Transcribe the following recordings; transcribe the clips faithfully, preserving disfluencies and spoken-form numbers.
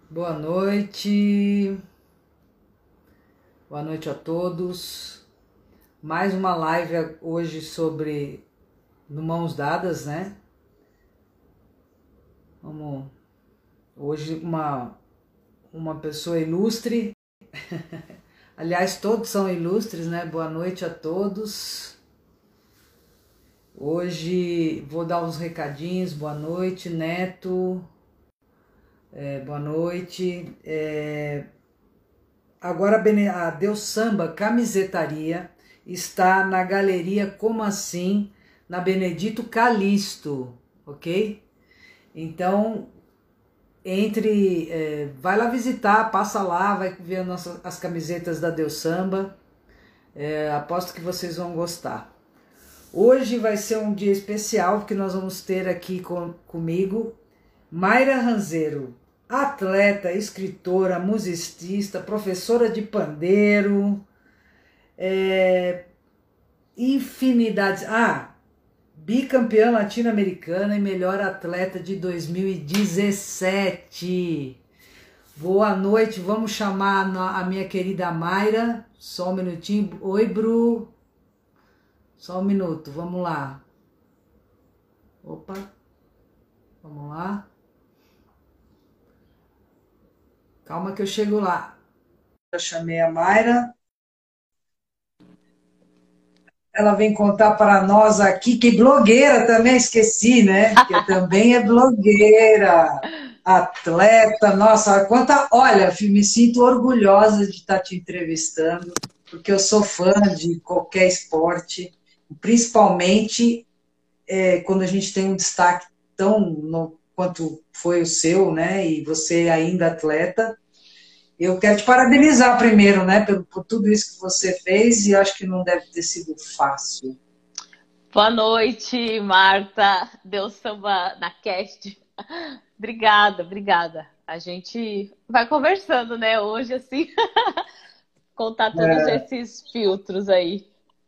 Boa noite, boa noite a todos. Mais uma live hoje sobre no Mãos Dadas, né? Vamos hoje uma uma pessoa ilustre. Aliás, todos são ilustres, né? Boa noite a todos. Hoje vou dar uns recadinhos. Boa noite, Neto. É, boa noite. É, agora a Deus Samba Camisetaria está na galeria Como Assim, na Benedito Calixto, ok? Então, entre, é, vai lá visitar, passa lá, vai ver nossas, as camisetas da Deus Samba. É, aposto que vocês vão gostar. Hoje vai ser um dia especial, porque nós vamos ter aqui com, comigo Mayra Ranzeiro, atleta, escritora, musicista, professora de pandeiro, é, infinidade. Ah, bicampeã latino-americana e melhor atleta de dois mil e dezessete. Boa noite, vamos chamar a minha querida Mayra. Só um minutinho. Oi, Bru. Só um minuto, vamos lá. Opa, vamos lá. Calma que eu chego lá. Eu chamei a Mayra. Ela vem contar para nós aqui, que blogueira também, esqueci, né? Que também é blogueira, atleta, nossa, quanta... Olha, me sinto orgulhosa de estar te entrevistando, porque eu sou fã de qualquer esporte, principalmente é, quando a gente tem um destaque tão no, quanto foi o seu, né? E você ainda atleta. Eu quero te parabenizar primeiro, né, por, por tudo isso que você fez, e acho que não deve ter sido fácil. Boa noite, Marta. Deus Samba na cast. Obrigada, obrigada. A gente vai conversando, né, hoje, assim, contar todos É, esses filtros aí.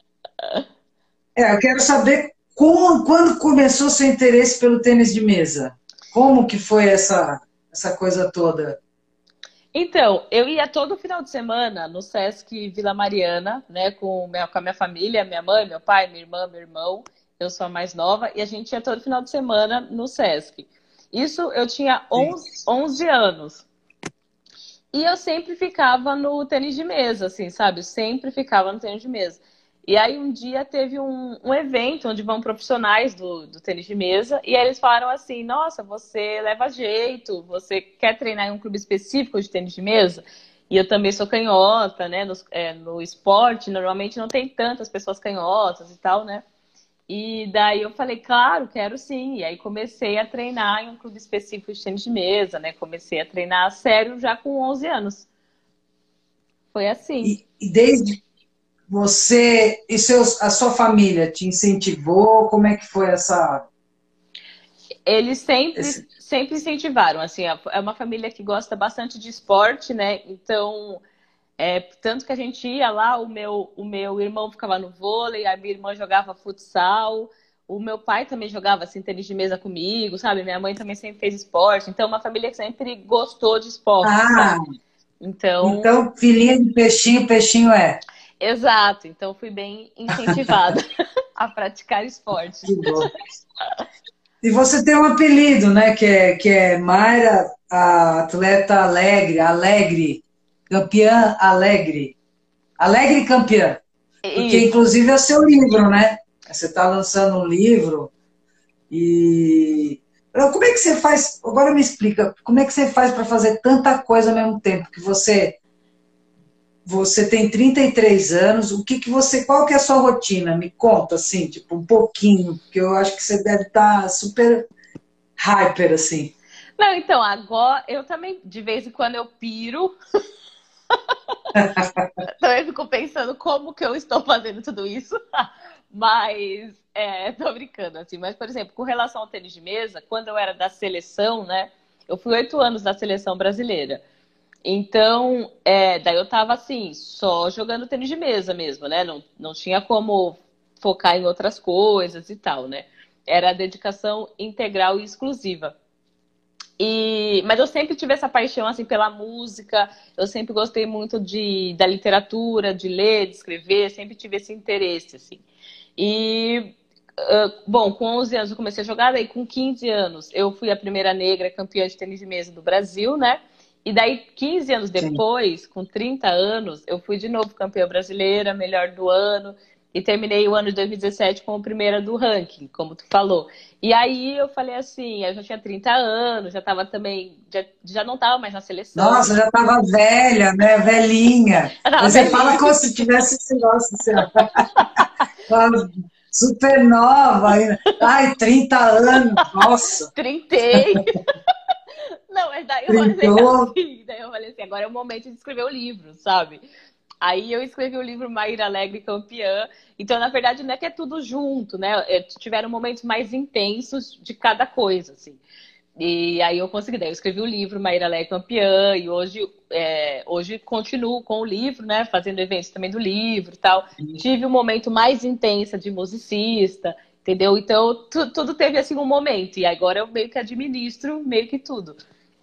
é, eu quero saber como, quando começou seu interesse pelo tênis de mesa. Como que foi essa, essa coisa toda? Então, eu ia todo final de semana no Sesc Vila Mariana, né, com, minha, com a minha família, minha mãe, meu pai, minha irmã, meu irmão. Eu sou a mais nova e a gente ia todo final de semana no Sesc. Isso eu tinha Sim. onze, onze anos. E eu sempre ficava no tênis de mesa, assim, sabe? Eu sempre ficava no tênis de mesa. E aí um dia teve um, um evento onde vão profissionais do, do tênis de mesa, e aí eles falaram assim, nossa, você leva jeito, você quer treinar em um clube específico de tênis de mesa? E eu também sou canhota, né? No, é, no esporte, normalmente não tem tantas pessoas canhotas e tal, né? E daí eu falei, claro, quero sim. E aí comecei a treinar em um clube específico de tênis de mesa, né? Comecei a treinar a sério já com onze anos. Foi assim. E, e desde você e seus, a sua família te incentivou? Como é que foi essa... Eles sempre, Esse... sempre incentivaram, assim, é uma família que gosta bastante de esporte, né? Então, é, tanto que a gente ia lá, o meu, o meu irmão ficava no vôlei, a minha irmã jogava futsal, o meu pai também jogava assim, tênis de mesa comigo, sabe? Minha mãe também sempre fez esporte, então uma família que sempre gostou de esporte, Ah, sabe? Então, então, filhinha de peixinho, peixinho é. exato, então fui bem incentivada a praticar esporte. Que bom. E você tem um apelido, né? Que é, que é Mayra, a atleta alegre, alegre, campeã alegre. Alegre campeã. Porque, Isso. inclusive, é seu livro, né? Você está lançando um livro e... Como é que você faz? Agora me explica, como é que você faz para fazer tanta coisa ao mesmo tempo? Que você, você tem trinta e três anos, o que que você, qual que é a sua rotina? Me conta, assim, tipo, um pouquinho, porque eu acho que você deve estar super hyper, assim. Não, então, agora eu também, de vez em quando eu piro, também fico pensando como que eu estou fazendo tudo isso, mas é, tô brincando, assim. Mas, por exemplo, com relação ao tênis de mesa, quando eu era da seleção, né, eu fui oito anos da seleção brasileira. Então, é, daí eu tava assim, só jogando tênis de mesa mesmo, né? Não, não tinha como focar em outras coisas e tal, né? Era dedicação integral e exclusiva. E, mas eu sempre tive essa paixão assim pela música, eu sempre gostei muito de, da literatura, de ler, de escrever, sempre tive esse interesse, assim. E, uh, bom, com onze anos eu comecei a jogar, daí com quinze anos eu fui a primeira negra campeã de tênis de mesa do Brasil, né? E daí, quinze anos Sim. depois, com trinta anos, eu fui de novo campeã brasileira, melhor do ano, e terminei o ano de dois mil e dezessete como primeira do ranking, como tu falou. E aí eu falei assim, eu já tinha trinta anos, já estava também, já, já não estava mais na seleção, Nossa, né? já estava velha, né? Velhinha. Eu tava Mas você fala velhinha, como se tivesse esse negócio, assim, ó, super nova ainda. Ai, trinta anos, nossa, trintei. Não, mas daí eu falei trintou. assim, daí eu falei assim, agora é o momento de escrever o livro, sabe? Aí eu escrevi o livro Maíra Alegre Campeã. Então, na verdade, não é que é tudo junto, né? É, tiveram momentos mais intensos de cada coisa, assim. E aí eu consegui, daí eu escrevi o livro Maíra Alegre Campeã, e hoje, é, hoje continuo com o livro, né? Fazendo eventos também do livro e tal. Tive um momento mais intenso de musicista, entendeu? Então, tu, tudo teve assim um momento. E agora eu meio que administro meio que tudo.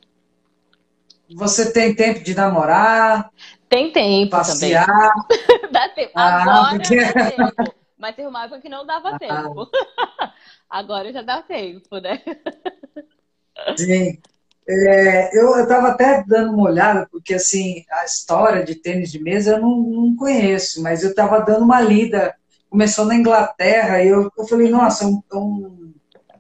Você tem tempo de namorar, Tem tempo também. passear? Dá tempo. Ah, Agora porque. dá tempo. Mas teve uma época que não dava Ah, tempo. Agora já dá tempo, né? sim. É, eu estava até dando uma olhada, porque assim, a história de tênis de mesa eu não, não conheço, mas eu estava dando uma lida. Começou na Inglaterra e eu, eu falei, Uhum. nossa, um, um,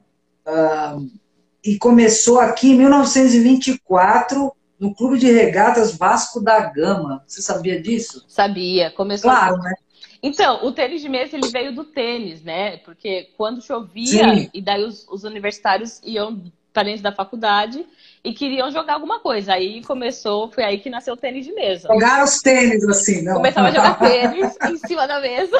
e começou aqui em mil novecentos e vinte e quatro, no Clube de Regatas Vasco da Gama. Você sabia disso? Sabia, começou. Claro, né? Então, o tênis de mesa ele veio do tênis, né? Porque quando chovia, Sim, e daí os, os universitários iam para dentro da faculdade e queriam jogar alguma coisa. Aí começou, foi aí que nasceu o tênis de mesa. jogaram os tênis assim, não. Começava a jogar tênis em cima da mesa.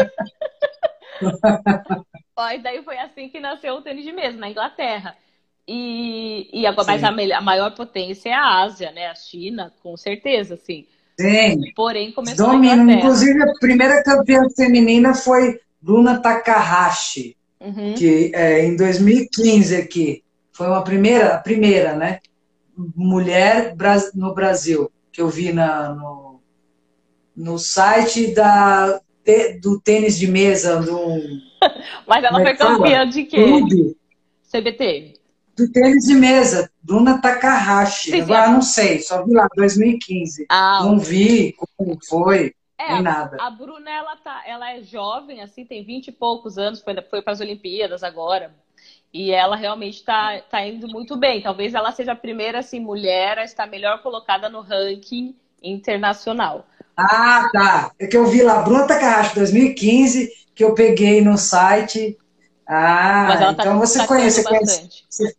Ó, e daí foi assim que nasceu o tênis de mesa, na Inglaterra. E, e agora, mas a, Sim, me- a maior potência é a Ásia, né? A China, com certeza, assim. sim. Porém, começou na Dominam. Inglaterra. Inclusive, a primeira campeã feminina foi Bruna Takahashi, Uhum. que é, em dois mil e quinze aqui. Foi uma primeira, a primeira, né? Mulher bra- no Brasil, que eu vi na, no, no site da, te- do tênis de mesa, do, Mas como ela é foi que fala? campeã de quê? Clube C B T. do tênis de mesa, Bruna Takahashi. Sim, sim. Agora, A... não sei, só vi lá, dois mil e quinze. Ah, Não ok. vi como foi, É, nem a, nada. a Bruna, ela, tá, ela é jovem, assim, tem vinte e poucos anos, foi, foi para as Olimpíadas agora. E ela realmente está tá indo muito bem. Talvez ela seja a primeira assim, mulher a estar melhor colocada no ranking internacional. Ah, tá. É que eu vi lá, Bruna Takahashi, dois mil e quinze, que eu peguei no site. Mas Ah, ela está se então você destacando conhece, conhece, bastante. você-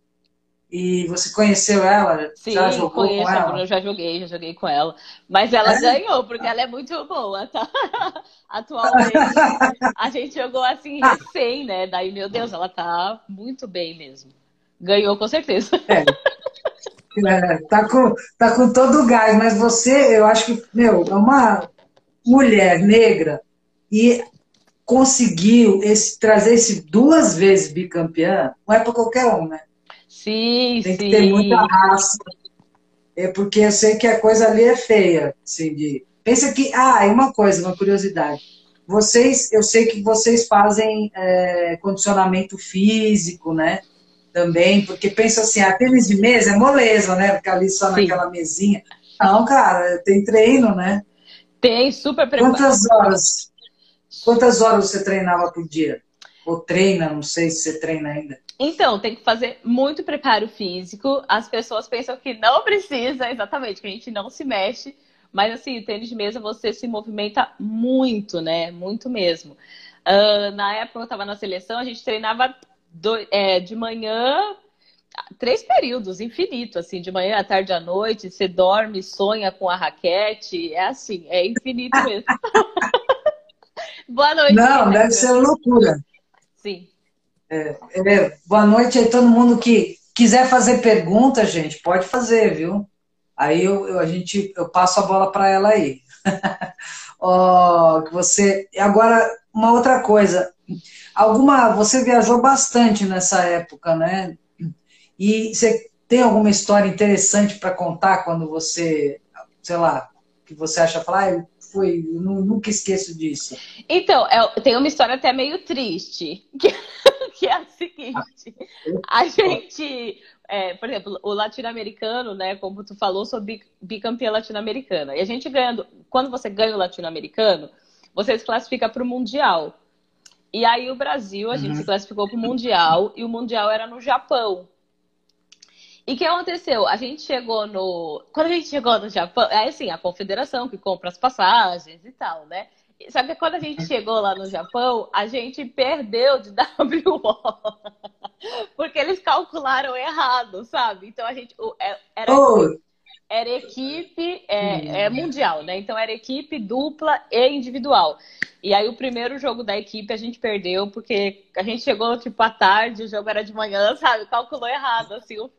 e você conheceu ela? Já Sim, jogou com conheço a Bruna, ela? eu já joguei, já joguei com ela. Mas ela É? ganhou, porque ela é muito boa, tá? Atualmente, a gente jogou assim recém, né? Daí, meu Deus, ela tá muito bem mesmo. Ganhou com certeza. É, é, tá com, tá com todo o gás, mas você, eu acho que, meu, é uma mulher negra e conseguiu esse, trazer esse duas vezes bicampeã, não é para qualquer um, né? Sim, Tem que ter muita sim. raça. É porque eu sei que a coisa ali é feia, assim, de... Pensa que, ah, e uma coisa, uma curiosidade. Vocês, eu sei que vocês fazem é, condicionamento físico, né? Também, porque pensa assim, a tênis de mesa é moleza, né? Ficar ali só Sim. naquela mesinha. Não, cara, tem treino, né? Tem super preparo. Quantas horas, quantas horas você treinava por dia? Ou treina, não sei se você treina ainda. Então, tem que fazer muito preparo físico. As pessoas pensam que não precisa, exatamente, que a gente não se mexe. Mas, assim, o tênis de mesa você se movimenta muito, né? Muito mesmo. Uh, na época eu estava na seleção, a gente treinava do, é, de manhã, três períodos, infinito, assim, de manhã, à tarde, à noite. Você dorme, sonha com a raquete. É assim, é infinito mesmo. Boa noite, Não, deve Rebeca. ser loucura. Sim. É, boa noite aí, todo mundo que quiser fazer pergunta, gente, pode fazer, viu? Aí eu, eu- a gente, eu passo a bola para ela aí. Ó, que você. Agora, uma outra coisa. Alguma, você viajou bastante nessa época, né? E você tem alguma história interessante para contar quando você, sei lá, que você acha, falar, ah, foi, eu nunca esqueço disso? Então, é, tem uma história até meio triste, que, que é a seguinte. A gente, é, por exemplo, o latino-americano, né, como tu falou, sou bi- bicampeã latino-americana. E a gente ganhando, quando você ganha o latino-americano, você se classifica para o Mundial. E aí o Brasil, a gente se Uhum. classificou para o Mundial, e o Mundial era no Japão. E o que aconteceu? A gente chegou no. Quando a gente chegou no Japão, é assim, a confederação que compra as passagens e tal, né? Só que quando a gente chegou lá no Japão, a gente perdeu de W O. Porque eles calcularam errado, sabe? Então a gente. o- é- Era assim, Oh, era equipe é, é mundial, né? Então era equipe dupla e individual. E aí o primeiro jogo da equipe a gente perdeu, porque a gente chegou tipo à tarde, o jogo era de manhã, sabe? Calculou errado, assim, o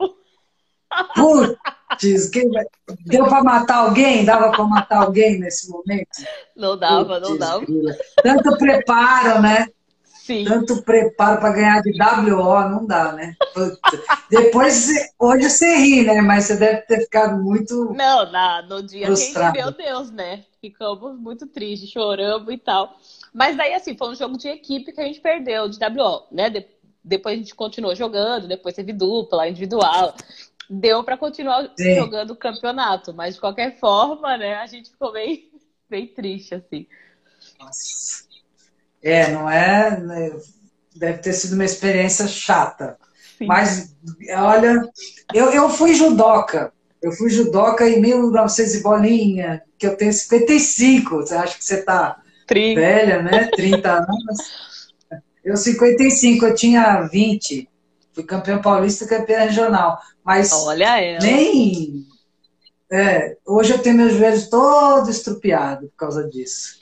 putz, que... deu para matar alguém? Dava para matar alguém nesse momento? Não dava, não Putz, dava. grila. Tanto preparo, né? Sim. Tanto preparo para ganhar de W O, não dá, né? Puta. Depois, hoje você ri, né? Mas você deve ter ficado muito Não, na, no dia a gente, meu frustrado. Deus, né? Ficamos muito tristes, choramos e tal. Mas daí, assim, foi um jogo de equipe que a gente perdeu de W O, né? De- depois a gente continuou jogando, depois teve dupla, individual. Deu pra continuar Sim. jogando o campeonato, mas de qualquer forma, né? A gente ficou bem, bem triste, assim. Nossa. É, não é, né? Deve ter sido uma experiência chata. Sim. Mas, olha, eu, eu fui judoca. Eu fui judoca em mil e novecentos e bolinha, que eu tenho cinquenta e cinco. Você acha que você está Tri. velha, né? Trinta anos. Eu, cinquenta e cinco, eu tinha vinte. Fui campeão paulista e campeão regional. Mas Olha ela. nem. É, hoje eu tenho meus joelhos todo estrupiado por causa disso.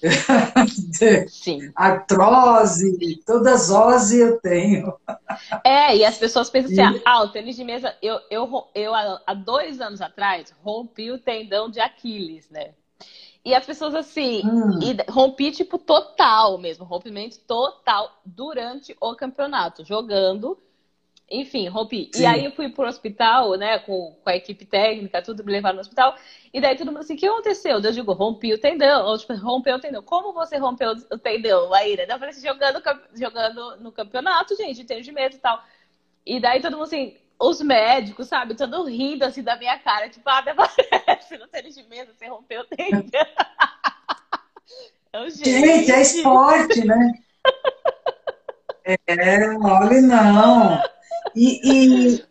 Sim. Artrose, todas ose eu tenho. É, e as pessoas pensam assim, E, ah, o tênis de mesa, eu, eu, ro- eu há há dois anos atrás rompi o tendão de Aquiles, né? E as pessoas assim, e hum, rompi tipo total mesmo, rompimento total durante o campeonato, jogando, enfim, rompi. E aí sim. eu fui pro hospital, né, com, com a equipe técnica, tudo me levaram no hospital, e daí todo mundo assim, o que aconteceu? Eu digo, rompi o tendão, ou tipo, rompeu o tendão. Como você rompeu o tendão, Maíra? Eu falei assim, jogando, cam- jogando no campeonato, gente, tênis de mesa e tal. E daí todo mundo assim, os médicos, sabe, todo rindo assim da minha cara, tipo, ah, parece no tênis de mesa, você rompeu o tendão. Eu, Gente, é gente. esporte, né? É, olha, não. E, e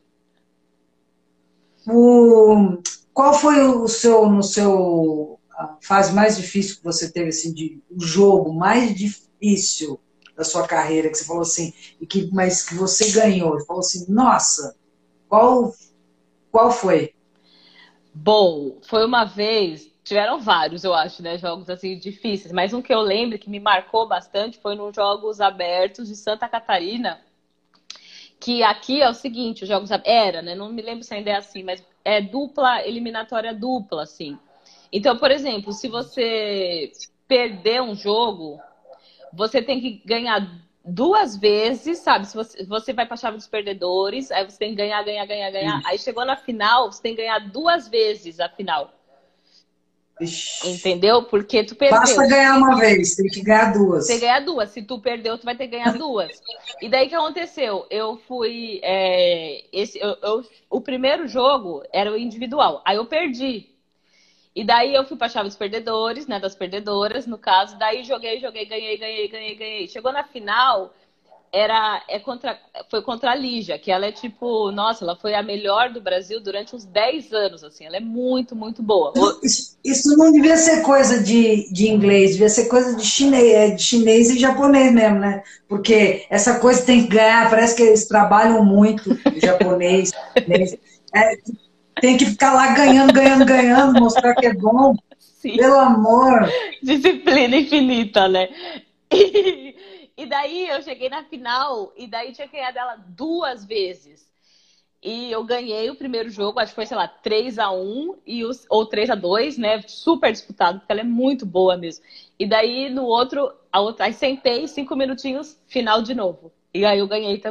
o, qual foi o seu, no seu, a fase mais difícil que você teve, assim, de o jogo mais difícil da sua carreira, que você falou assim, e que, mas que você ganhou? Falou assim, nossa, qual, qual foi? Bom, foi uma vez, tiveram vários, eu acho, né, jogos assim difíceis, mas um que eu lembro que me marcou bastante foi nos Jogos Abertos de Santa Catarina, que aqui é o seguinte, os Jogos Abertos, era, né, não me lembro se ainda é assim, mas é dupla, eliminatória dupla, assim. Então, por exemplo, se você perder um jogo, você tem que ganhar duas vezes, sabe? Se você, você vai para a chave dos perdedores, aí você tem que ganhar, ganhar, ganhar, ganhar. Aí chegou na final, você tem que ganhar duas vezes a final. Ixi, Entendeu? Porque tu perdeu. basta ganhar uma vez, tem que ganhar Você tem que duas. ganhar duas. Se tu perdeu, tu vai ter que ganhar duas. E daí o que aconteceu? Eu fui. é, esse, eu, eu- o primeiro jogo era o individual. Aí eu perdi. E daí eu fui pra chave dos perdedores, né? Das perdedoras, no caso. Daí joguei, joguei, ganhei, ganhei, ganhei, ganhei. Chegou na final, era é contra, foi contra a Lígia, que ela é tipo, nossa, ela foi a melhor do Brasil durante uns dez anos, assim. Ela é muito, muito boa. Isso, isso não devia ser coisa de, de inglês, devia ser coisa de chinês, é, de chinês e japonês mesmo, né? Porque essa coisa tem que ganhar, parece que eles trabalham muito, o japonês, chinês. É, tem que ficar lá ganhando, ganhando, ganhando, mostrar que é bom. Sim. Pelo amor. Disciplina infinita, né? E, e daí eu cheguei na final e daí tinha que ganhar dela duas vezes. E eu ganhei o primeiro jogo, acho que foi, sei lá, três a um e os, ou três a dois, né? Super disputado, porque ela é muito boa mesmo. E daí no outro, a outra, aí sentei cinco minutinhos, final de novo. E aí eu ganhei também.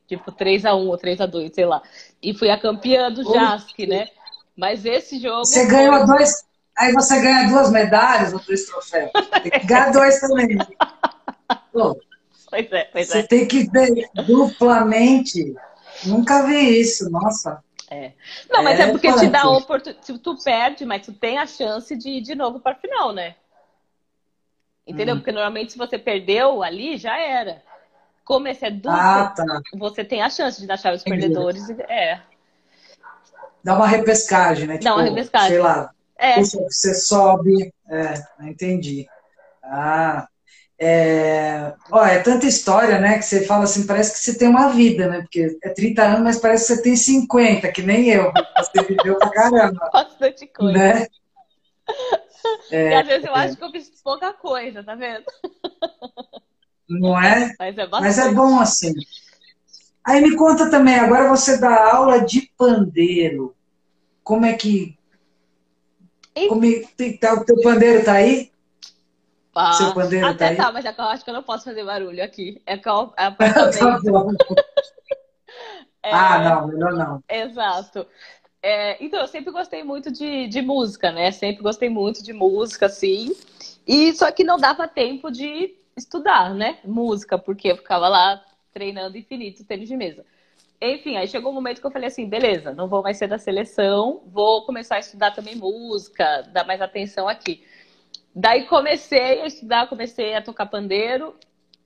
tipo três a um ou três a dois, sei lá. E fui a campeã do JASC, né? Mas esse jogo Você foi... ganhou dois, aí você ganha duas medalhas ou dois troféus. Tem que ganhar dois também. Pô, Pois é, pois você é. tem que ver duplamente. Nunca vi isso, nossa. É. Não, mas é É porque te dá punk. oportunidade. Tu perde, mas tu tem a chance de ir de novo para a final, né? Entendeu? Hum. Porque normalmente se você perdeu ali, já era. Como esse é duplo, Ah, tá. você tem a chance de achar os Entendi. perdedores. É, Dá uma repescagem, né? dá uma Tipo, sei repescagem. lá, É. puxa, você sobe. É, entendi. Ah, é... Ó, é tanta história, né? Que você fala assim, parece que você tem uma vida, né? Porque é trinta anos, mas parece que você tem cinquenta, que nem eu. Você viveu pra caramba, Bastante coisa. né? E às vezes eu acho que eu fiz pouca coisa, tá vendo? Não é? Mas é Mas é bom bastante. assim. Aí me conta também, agora você dá aula de pandeiro. Como é que. E, Como é, tem- tá, o teu pandeiro tá aí? Seu ah, pandeiro tá até aí? tá, mas é que eu acho que eu não posso fazer barulho aqui. É que é o- é Tá apartamento. bom. Ah, É, não, melhor não. exato. É, então, eu sempre gostei muito de, de música, né? Sempre gostei muito de música, assim. E só que não dava tempo de estudar, né? Música, porque eu ficava lá treinando infinito tênis de mesa. Enfim, aí chegou um momento que eu falei assim, beleza, não vou mais ser da seleção, vou começar a estudar também música, dar mais atenção aqui. Daí comecei a estudar, comecei a tocar pandeiro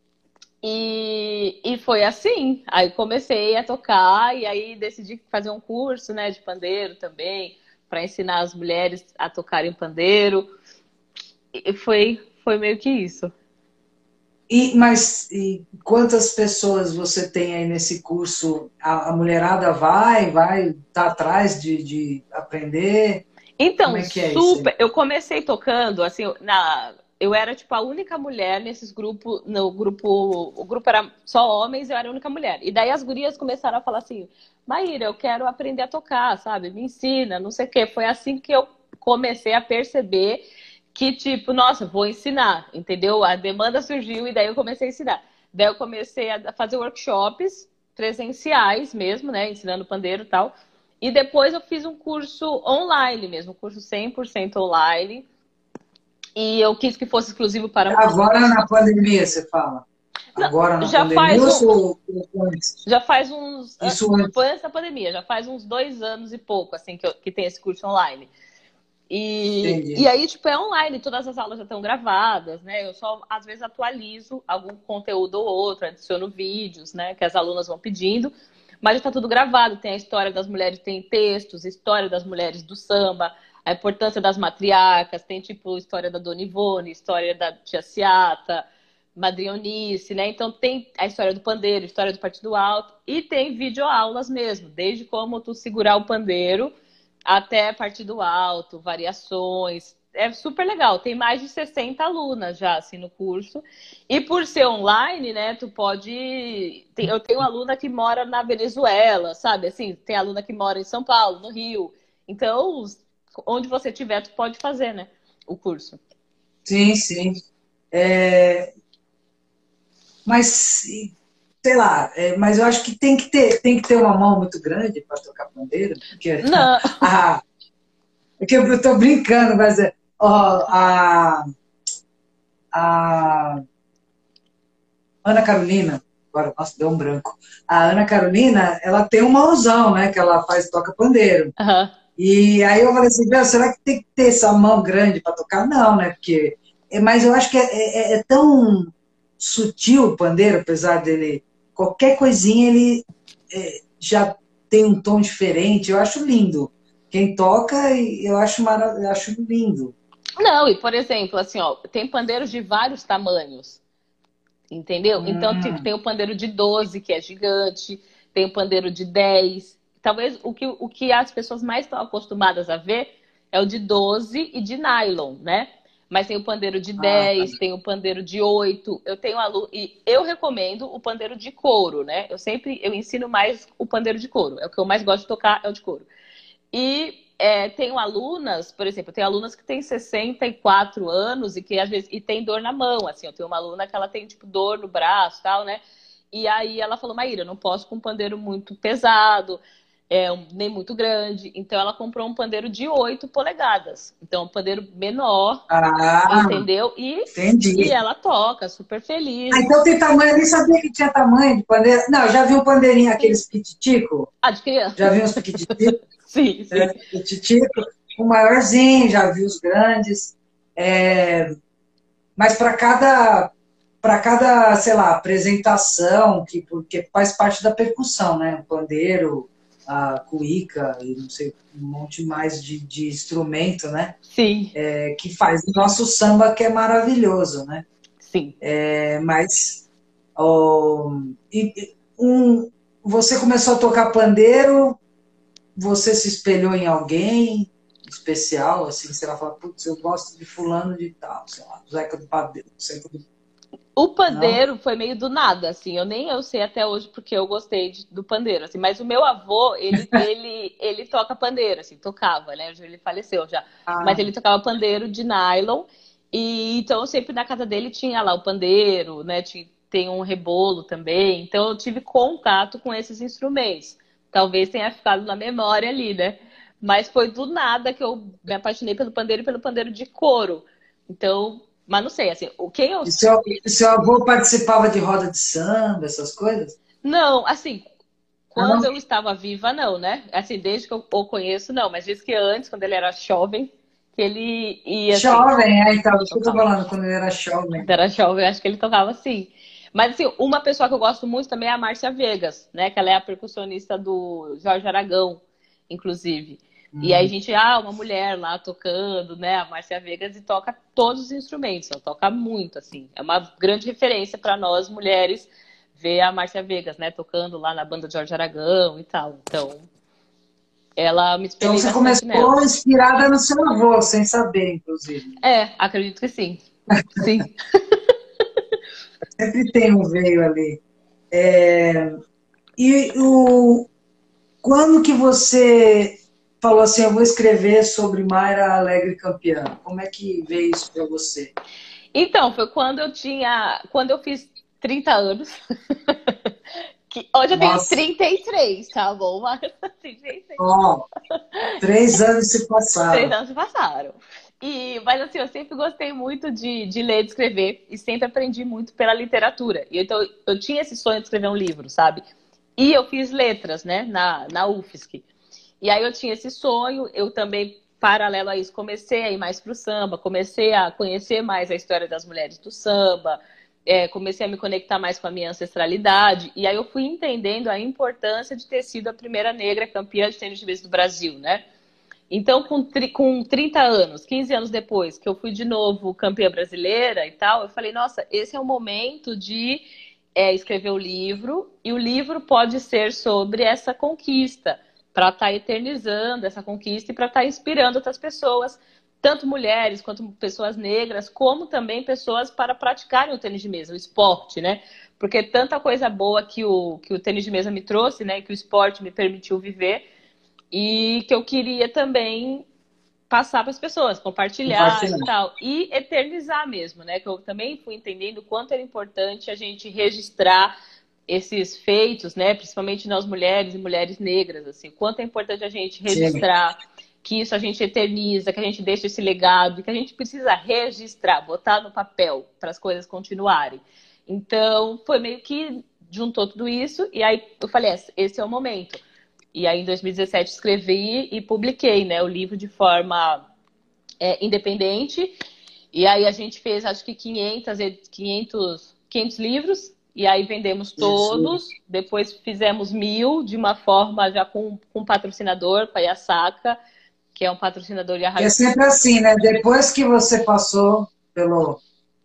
e, e foi assim. Aí comecei a tocar e aí decidi fazer um curso, né, de pandeiro também, para ensinar as mulheres a tocarem pandeiro. E foi, foi meio que isso. E, mas e quantas pessoas você tem aí nesse curso? A, a mulherada vai, vai, tá atrás de, de aprender? Como Então, é que é isso aí? super. Eu comecei tocando, assim, na. Eu era, tipo, a única mulher nesses grupos. No grupo. O grupo era só homens e eu era a única mulher. E daí as gurias começaram a falar assim: Maíra, eu quero aprender a tocar, sabe? Me ensina, não sei o quê. Foi assim que eu comecei a perceber que, tipo, nossa, vou ensinar, entendeu? A demanda surgiu e daí eu comecei a ensinar. Daí eu comecei a fazer workshops presenciais mesmo, né? Ensinando pandeiro e tal. E depois eu fiz um curso online mesmo, um curso cem por cento online. E eu quis que fosse exclusivo para mulheres. Agora na pandemia, você fala? Não, Agora na já pandemia faz ou um, sou- ou antes? já faz uns, Isso antes. foi antes da pandemia, já faz uns dois anos e pouco, assim, que, eu, que tem esse curso online. E, e Entendi. aí, tipo, é online, todas as aulas já estão gravadas, né? Eu só, às vezes, atualizo algum conteúdo ou outro, adiciono vídeos, né? Que as alunas vão pedindo. Mas já está tudo gravado, tem a história das mulheres, tem textos, história das mulheres do samba, a importância das matriarcas, tem, tipo, história da Dona Ivone, história da Tia Ciata, Madrinha Eunice, né? Então tem a história do pandeiro, história do Partido Alto, e tem videoaulas mesmo, desde como tu segurar o pandeiro até Partido Alto, variações. É super legal. Tem mais de sessenta alunas já assim no curso. E por ser online, né, tu pode eu tenho aluna que mora na Venezuela, sabe? Assim, tem aluna que mora em São Paulo, no Rio. Então, onde você tiver, tu pode fazer, né, o curso. Sim, sim. É, mas, sei lá, é, mas eu acho que tem que ter, tem que ter uma mão muito grande para tocar pandeiro, porque Não. a, é que eu estou brincando, mas é, ó, a, a Ana Carolina, agora, nossa, deu um branco. A Ana Carolina, ela tem um mãozão, né, que ela faz, toca pandeiro. Uhum. E aí eu falei assim, meu, será que tem que ter essa mão grande para tocar? Não, né, porque, é, mas eu acho que é, é, é tão sutil o pandeiro, apesar dele, qualquer coisinha ele é, já tem um tom diferente, eu acho lindo. Quem toca, eu acho, mara- eu acho lindo. Não, e por exemplo, assim, ó, tem pandeiros de vários tamanhos. Entendeu? Então, tipo, Hum, tem o pandeiro de doze, que é gigante, tem o pandeiro de dez. Talvez o que, o que as pessoas mais estão acostumadas a ver é o de doze e de nylon, né? Mas tem o pandeiro de ah, tá. dez, tem o pandeiro de oito. Eu tenho aluno e eu recomendo o pandeiro de couro, né? Eu sempre eu ensino mais o pandeiro de couro. É o que eu mais gosto de tocar, é o de couro. E é, tenho alunas, por exemplo, tem alunas que têm sessenta e quatro anos e que às vezes e tem dor na mão, assim, eu tenho uma aluna que ela tem tipo dor no braço, tal, né? E aí ela falou, Maíra, eu não posso com um pandeiro muito pesado, é, um- nem muito grande. Então ela comprou um pandeiro de oito polegadas. Então, um pandeiro menor, Ah, entendeu? E, e entendi. ela toca, super Ah, feliz. então tem tamanho, eu nem sabia que tinha tamanho de pandeiro. Não, eu já vi um pandeirinho, Sim. aqueles pititico, Ah, de criança? já vi uns pititico, Sim, né? sim. Pititico, o maiorzinho, já vi os grandes. É, mas para cada, para cada, sei lá, apresentação, que, porque faz parte da percussão, né? O pandeiro, a cuíca e não sei, um monte mais de, de instrumento, né? Sim, É, que faz o nosso samba que é maravilhoso, né? sim. É, mas ó, e- e um, você começou a tocar pandeiro, você se espelhou em alguém especial, assim, sei lá, fala, putz, eu gosto de fulano de tal, sei lá, Zeca do Padeiro, Zeca do... O Não? pandeiro foi meio do nada, assim. Eu nem eu sei até hoje porque eu gostei de- do pandeiro, assim. Mas o meu avô, ele, ele, ele toca pandeiro, assim, tocava, né? Hoje ele faleceu já. Mas Ah, ele tocava pandeiro de nylon. E então sempre na casa dele tinha lá o pandeiro, né? Tinha, tem um rebolo também. Então eu tive contato com esses instrumentos. Talvez tenha ficado na memória ali, né? Mas foi do nada que eu me apaixonei pelo pandeiro e pelo pandeiro de couro. Então, mas não sei, assim, o quem eu e seu, e seu avô participava de roda de samba, essas coisas? não, assim, Não? quando eu estava viva, não, né? Assim, desde que eu o conheço, não. Mas diz que antes, quando ele era jovem, que ele ia, assim, Jovem, é, então, isso que eu tô tocava. falando, quando ele era jovem. Quando era jovem, acho que ele tocava assim. Mas, assim, uma pessoa que eu gosto muito também é a Márcia Vegas, né? Que ela é a percussionista do Jorge Aragão, inclusive. E aí a Hum. gente, ah, uma mulher lá tocando, né? A Márcia Vegas e toca todos os instrumentos. Ela toca muito, assim. É uma grande referência para nós, mulheres, ver a Márcia Vegas, né? Tocando lá na banda de Jorge Aragão e tal. Então, ela me Então espelhei você bastante nela. começou inspirada no seu avô, sem saber, inclusive. É, acredito que sim. Sim. Sempre tem um veio ali. E o, quando que você falou assim, eu vou escrever sobre Mayra Alegre campeã? Como é que veio isso para você? Então, foi quando eu tinha. Quando eu fiz trinta anos. Que hoje eu tenho Nossa, trinta e três, tá bom? Mas assim, gente, ó, três anos se três passaram. anos passaram. E, mas assim, eu sempre gostei muito de, de ler e de escrever. E sempre aprendi muito pela literatura. E então eu tinha esse sonho de escrever um livro, sabe? E eu fiz letras, né, na, na U F S C. E aí eu tinha esse sonho, eu também, paralelo a isso, comecei a ir mais pro samba, comecei a conhecer mais a história das mulheres do samba, é, comecei a me conectar mais com a minha ancestralidade, e aí eu fui entendendo a importância de ter sido a primeira negra campeã de tênis de mesa do Brasil, né? Então, com, tri- com trinta anos, quinze anos depois, que eu fui de novo campeã brasileira e tal, eu falei, nossa, esse é o momento de é, escrever o livro, e o livro pode ser sobre essa conquista, para estar eternizando essa conquista e para estar inspirando outras pessoas, tanto mulheres quanto pessoas negras, como também pessoas para praticarem o tênis de mesa, o esporte, né? Porque tanta coisa boa que o, que o tênis de mesa me trouxe, né? Que o esporte me permitiu viver e que eu queria também passar para as pessoas, compartilhar e Compartilhando. tal, e eternizar mesmo, né? Que eu também fui entendendo o quanto era importante a gente registrar esses feitos, né? Principalmente nós mulheres e mulheres negras, assim, o quanto é importante a gente Sim. registrar, que isso a gente eterniza, que a gente deixa esse legado, que a gente precisa registrar, botar no papel para as coisas continuarem. Então, foi meio que juntou tudo isso e aí eu falei, esse é o momento. E aí, em dois mil e dezessete, escrevi e publiquei, né, o livro de forma é, independente. E aí a gente fez, acho que quinhentos, quinhentos, quinhentos livros. E aí vendemos todos. Jesus. Depois fizemos mil de uma forma já com, com um patrocinador, com a Yasaka, que é um patrocinador de E é Rádio. sempre assim, né? Depois que você passou pelo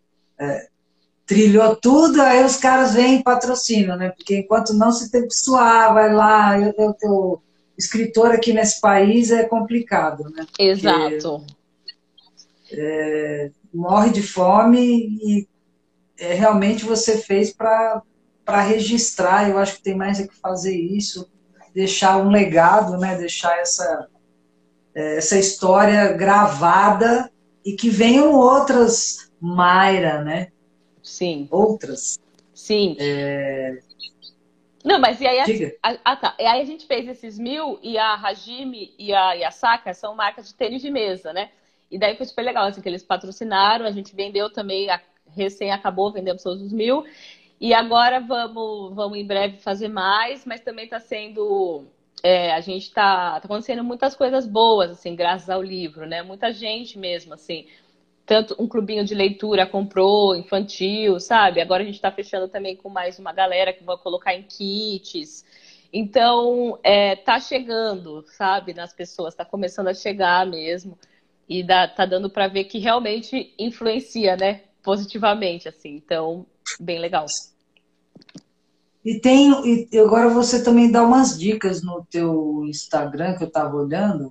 trilhou tudo, aí os caras vêm e patrocinam, né? Porque enquanto não se tem que suar, vai lá, eu, eu, eu escritor aqui nesse país é complicado, né? Porque Exato. morre de fome e é, realmente você fez para para registrar, eu acho que tem mais é que fazer isso, deixar um legado, né? Deixar essa, essa história gravada e que venham outras Mayra, né? Sim. Outras. Sim. Não, mas e aí, assim, Diga. ah ah, tá. E aí a gente fez esses mil e a Hajime e a Yasaka são marcas de tênis de mesa, né? E daí foi super legal, assim, que eles patrocinaram, a gente vendeu também, a- recém acabou, vendemos todos os mil. E agora vamos, vamos em breve fazer mais, mas também está sendo. É, a gente está tá acontecendo muitas coisas boas, assim, graças ao livro, né? Muita gente mesmo, assim. Tanto um clubinho de leitura comprou, infantil, sabe? Agora a gente está fechando também com mais uma galera que vai colocar em kits. Então, é, tá chegando, sabe, nas pessoas, tá começando a chegar mesmo. E dá, tá dando para ver que realmente influencia, né? Positivamente, assim. Então, bem legal. E tem, e agora você também dá umas dicas no teu Instagram que eu estava olhando,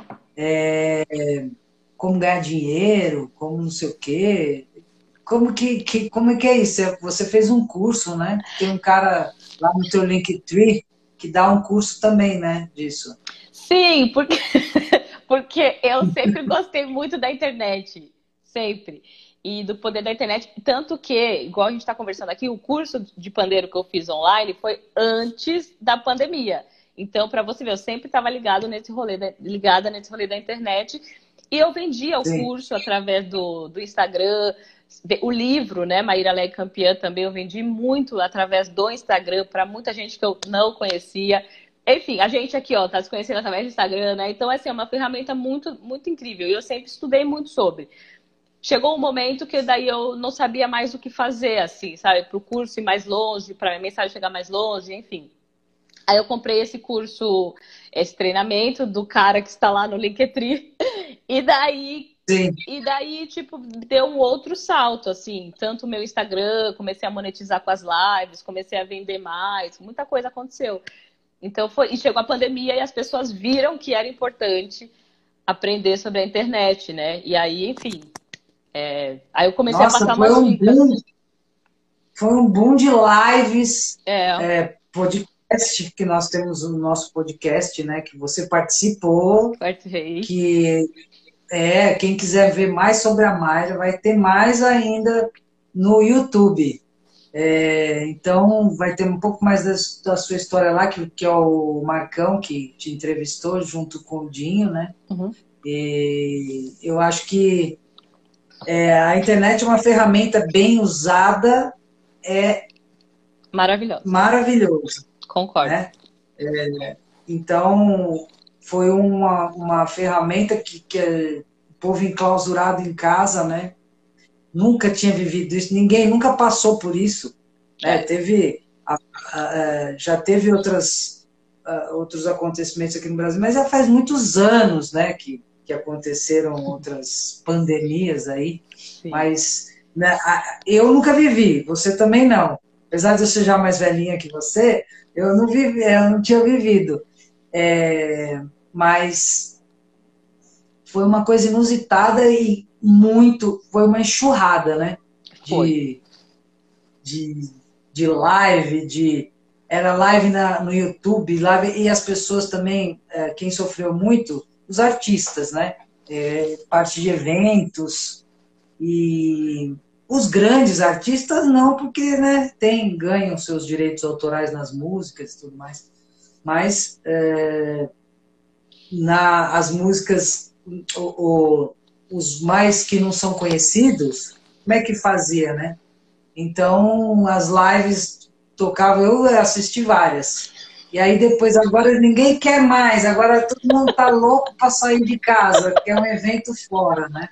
como ganhar dinheiro, como não sei o quê. Como que, que, como é que é isso? É, você fez um curso, né? Tem um cara lá no teu Linktree que dá um curso também, né, disso. Sim, porque, porque eu sempre gostei muito da internet. Sempre. E do poder da internet. Tanto que, igual a gente está conversando aqui, o curso de pandeiro que eu fiz online foi antes da pandemia. Então, para você ver, eu sempre estava ligado nesse rolê da- ligada nesse rolê da internet. E eu vendia o Sim. curso através do, do Instagram. O livro, né, Maíra Leg Campeã, também eu vendi muito através do Instagram para muita gente que eu não conhecia. Enfim, a gente aqui, ó, tá se conhecendo através do Instagram, né? Então, assim, é uma ferramenta muito, muito incrível. E eu sempre estudei muito sobre. Chegou um momento que daí eu não sabia mais o que fazer, assim, sabe? Para o curso ir mais longe, para a mensagem chegar mais longe, enfim. Aí eu comprei esse curso, esse treinamento do cara que está lá no Linktree. E daí, Sim. e daí, tipo, deu um outro salto, assim. Tanto o meu Instagram, comecei a monetizar com as lives, comecei a vender mais, muita coisa aconteceu. Então foi, e chegou a pandemia e as pessoas viram que era importante aprender sobre a internet, né? E aí, enfim, é, aí eu comecei a Nossa, passar foi umas um dicas. boom, foi um boom de lives, É, é, podcast, que nós temos o nosso podcast, né, que você participou, participei. que é, quem quiser ver mais sobre a Mayra vai ter mais ainda no YouTube. É, então, vai ter um pouco mais da, da sua história lá, que, que é o Marcão, que te entrevistou junto com o Dinho, né? Uhum. E eu acho que é, a internet é uma ferramenta bem usada, é Maravilhosa. maravilhoso, Concordo. né? Então, foi uma, uma ferramenta que, que é, o povo enclausurado em casa, né? Nunca tinha vivido isso, ninguém nunca passou por isso, né? É. Teve, a- a- a- já teve outras, a- outros acontecimentos aqui no Brasil, mas já faz muitos anos, né, que, que aconteceram outras pandemias aí, Sim. mas né, a- eu nunca vivi, você também não. Apesar de eu ser já mais velhinha que você, eu não vivi, eu não tinha vivido. É, mas foi uma coisa inusitada e muito, foi uma enxurrada, né? Foi. De, de, de live, de era live na, no YouTube, live, e as pessoas também, é, quem sofreu muito, os artistas, né? É, parte de eventos e os grandes artistas não, porque né, tem, ganham seus direitos autorais nas músicas e tudo mais. Mas é, na, as músicas, o, o, os mais que não são conhecidos, como é que fazia, né? Então, as lives tocavam, eu assisti várias. E aí depois, agora ninguém quer mais, agora todo mundo tá louco para sair de casa, que é um evento fora, né?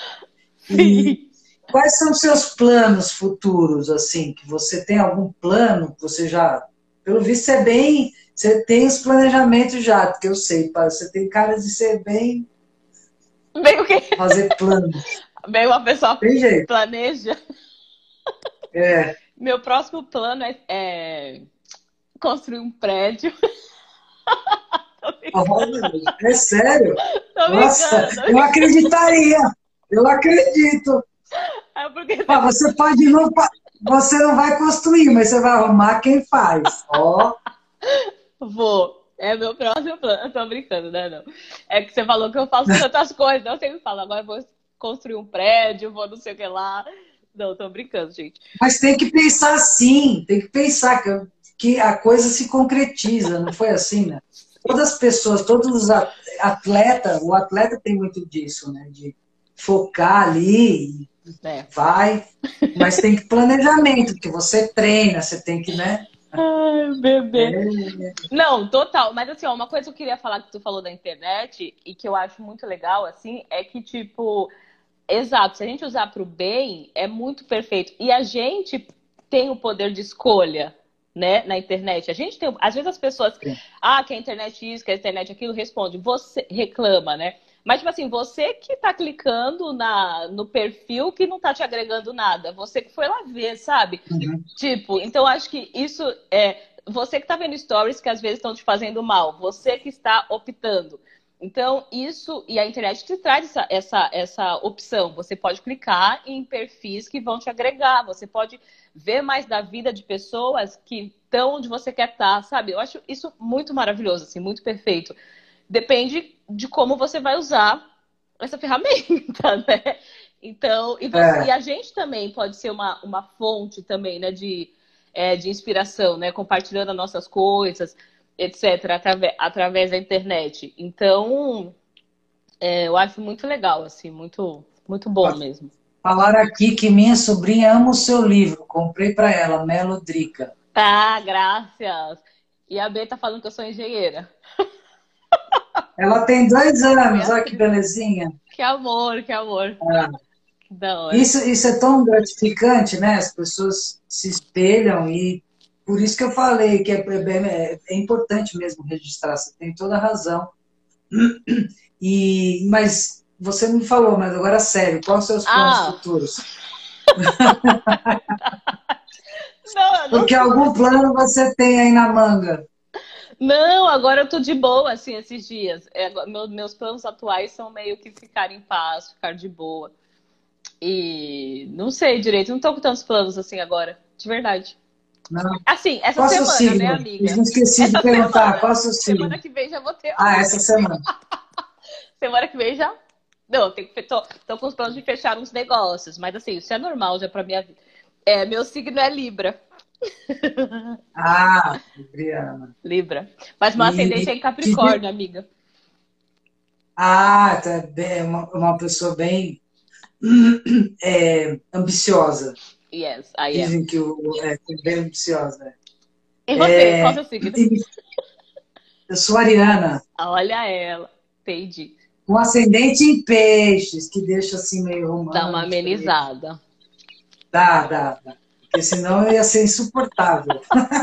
E Sim. quais são os seus planos futuros, assim, que você tem algum plano que você já, pelo visto, você é bem, você tem os planejamentos já, porque eu sei, pá, você tem cara de ser bem, Meio que fazer planos. meio uma pessoa Tem jeito. planeja. É. Meu próximo plano é, é construir um prédio. Tô Olha, brincando. é sério? Tô Nossa, brincando, tô eu brincando. acreditaria. Eu acredito. É porque você Pá, você pode não, fa- você não vai construir, mas você vai arrumar quem faz. Ó, vou. É meu próximo plano. Eu tô brincando, né? Não. É que você falou que eu faço tantas coisas. Eu sempre falo, agora eu vou construir um prédio, vou não sei o que lá. Não, tô brincando, gente. mas tem que pensar assim, tem que pensar que eu- que a coisa se concretiza, não foi assim, né? Todas as pessoas, todos os atletas, o atleta tem muito disso, né? De focar ali, É. vai, mas tem que planejamento, porque você treina, você tem que, né? Ai, bebê. É. Não, total. Mas assim, ó, uma coisa que eu queria falar que tu falou da internet e que eu acho muito legal, assim, é que, tipo, exato, se a gente usar pro bem, é muito perfeito. E a gente tem o poder de escolha, né, na internet. A gente tem, às vezes as pessoas, ah, que a internet isso, que a internet aquilo, responde, você reclama, né? Mas, tipo assim, você que tá clicando na, no perfil que não tá te agregando nada. Você que foi lá ver, sabe? Uhum. Tipo, então acho que isso é... Você que tá vendo stories que às vezes estão te fazendo mal. Você que está optando. Então, isso... E a internet te traz essa, essa, essa opção. Você pode clicar em perfis que vão te agregar. Você pode ver mais da vida de pessoas que estão onde você quer estar, sabe? Eu acho isso muito maravilhoso, assim, muito perfeito. Depende de como você vai usar essa ferramenta, né? Então, e, você, É. e a gente também pode ser uma, uma fonte também, né, de, é, de inspiração, né? Compartilhando as nossas coisas, etcétera, através, através da internet. Então, é, eu acho muito legal, assim, muito, muito bom mesmo. Falaram aqui que minha sobrinha ama o seu livro. Comprei para ela, Melodrica. Ah, graças! E a B tá falando que eu sou engenheira. Ela tem dois anos, olha que Beatriz. belezinha. Que amor, que amor. Ah. Que da hora. Isso, isso é tão gratificante, né? As pessoas se espelham e por isso que eu falei que é, é, é importante mesmo registrar, você tem toda a razão. E, mas você me falou, mas agora sério, quais os seus planos Ah! futuros? Não, eu não Porque algum plano você tem aí na manga. Não, agora eu tô de boa, assim, esses dias. É, meu, meus planos atuais são meio que ficar em paz, ficar de boa. E não sei direito, não tô com tantos planos assim agora, de verdade. Não. Assim, essa Qual o seu semana, né, signo? Eu amiga? não esqueci de Essa perguntar, qual semana. o seu Semana signo? que vem já vou ter Ah, algum. essa semana. Semana que vem já. Não, tenho que... tô, tô com os planos de fechar uns negócios, mas assim, isso é normal já pra minha vida. É, meu signo é Libra. Ah, Adriana. Libra. Mas meu ascendente E, é em que, Capricórnio, amiga. ah, tá bem, uma, uma pessoa bem é, ambiciosa. Yes, I am. Dizem que o, é, que é bem ambiciosa. E você, qual é É, o seu signo? eu sou ariana, Olha ela. Entendi. com ascendente em peixes, que deixa assim meio Dá uma romântico. Meio... amenizada. Dá, dá, dá. Porque senão eu ia ser insuportável.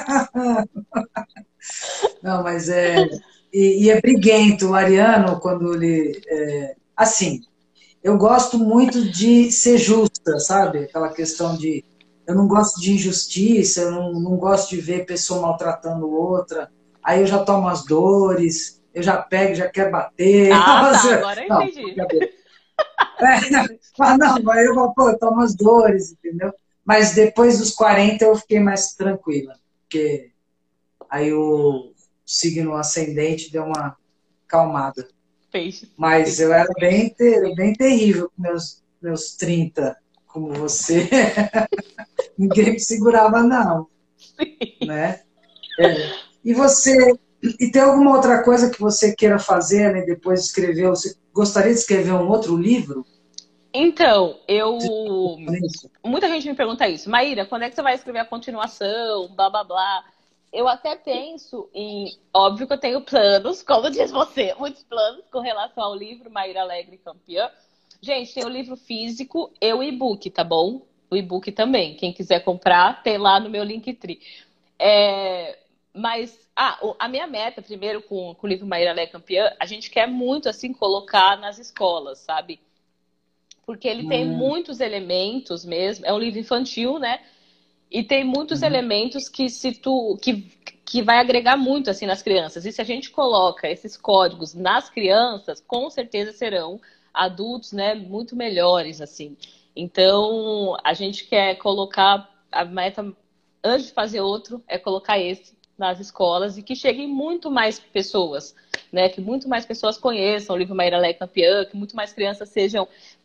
Não, mas é. E, e é briguento, o ariano, quando ele. É, assim, eu gosto muito de ser justa, sabe? Aquela questão de. Eu não gosto de injustiça, eu não, não gosto de ver pessoa maltratando outra. Aí eu já tomo as dores, eu já pego, já quero bater. Ah, tá. Agora eu Não, entendi. brincadeira. É, mas não, aí eu vou, pô, eu tomo as dores, entendeu? Mas depois dos quarenta eu fiquei mais tranquila, porque aí o signo ascendente deu uma calmada. Peixe. Mas eu era bem, ter, bem terrível com meus, meus trinta, como você. Ninguém me segurava, não. Né? É. E você. E tem alguma outra coisa que você queira fazer, né, depois de escrever? Você gostaria de escrever um outro livro? Então, eu. Muita gente me pergunta isso. Maíra, quando é que você vai escrever a continuação? Blá, blá, blá. Eu até penso em. Óbvio que eu tenho planos, como diz você, muitos planos com relação ao livro Maíra Alegre Campeã. Gente, tem o livro físico e o e-book, tá bom? O e-book também. Quem quiser comprar, tem lá no meu Linktree. É, mas ah, a minha meta, primeiro, com, com o livro Maíra Alegre Campeã, a gente quer muito, assim, colocar nas escolas, sabe? Porque ele hum. tem muitos elementos mesmo. É um livro infantil, né? E tem muitos uhum. elementos que se tu que, que vai agregar muito assim nas crianças. E se a gente coloca esses códigos nas crianças, com certeza serão adultos, né, muito melhores assim. Então, a gente quer colocar a meta antes de fazer outro é colocar esse nas escolas e que cheguem muito mais pessoas, né, que muito mais pessoas conheçam o livro Maíra Alegre Campeã, que muito mais crianças sejam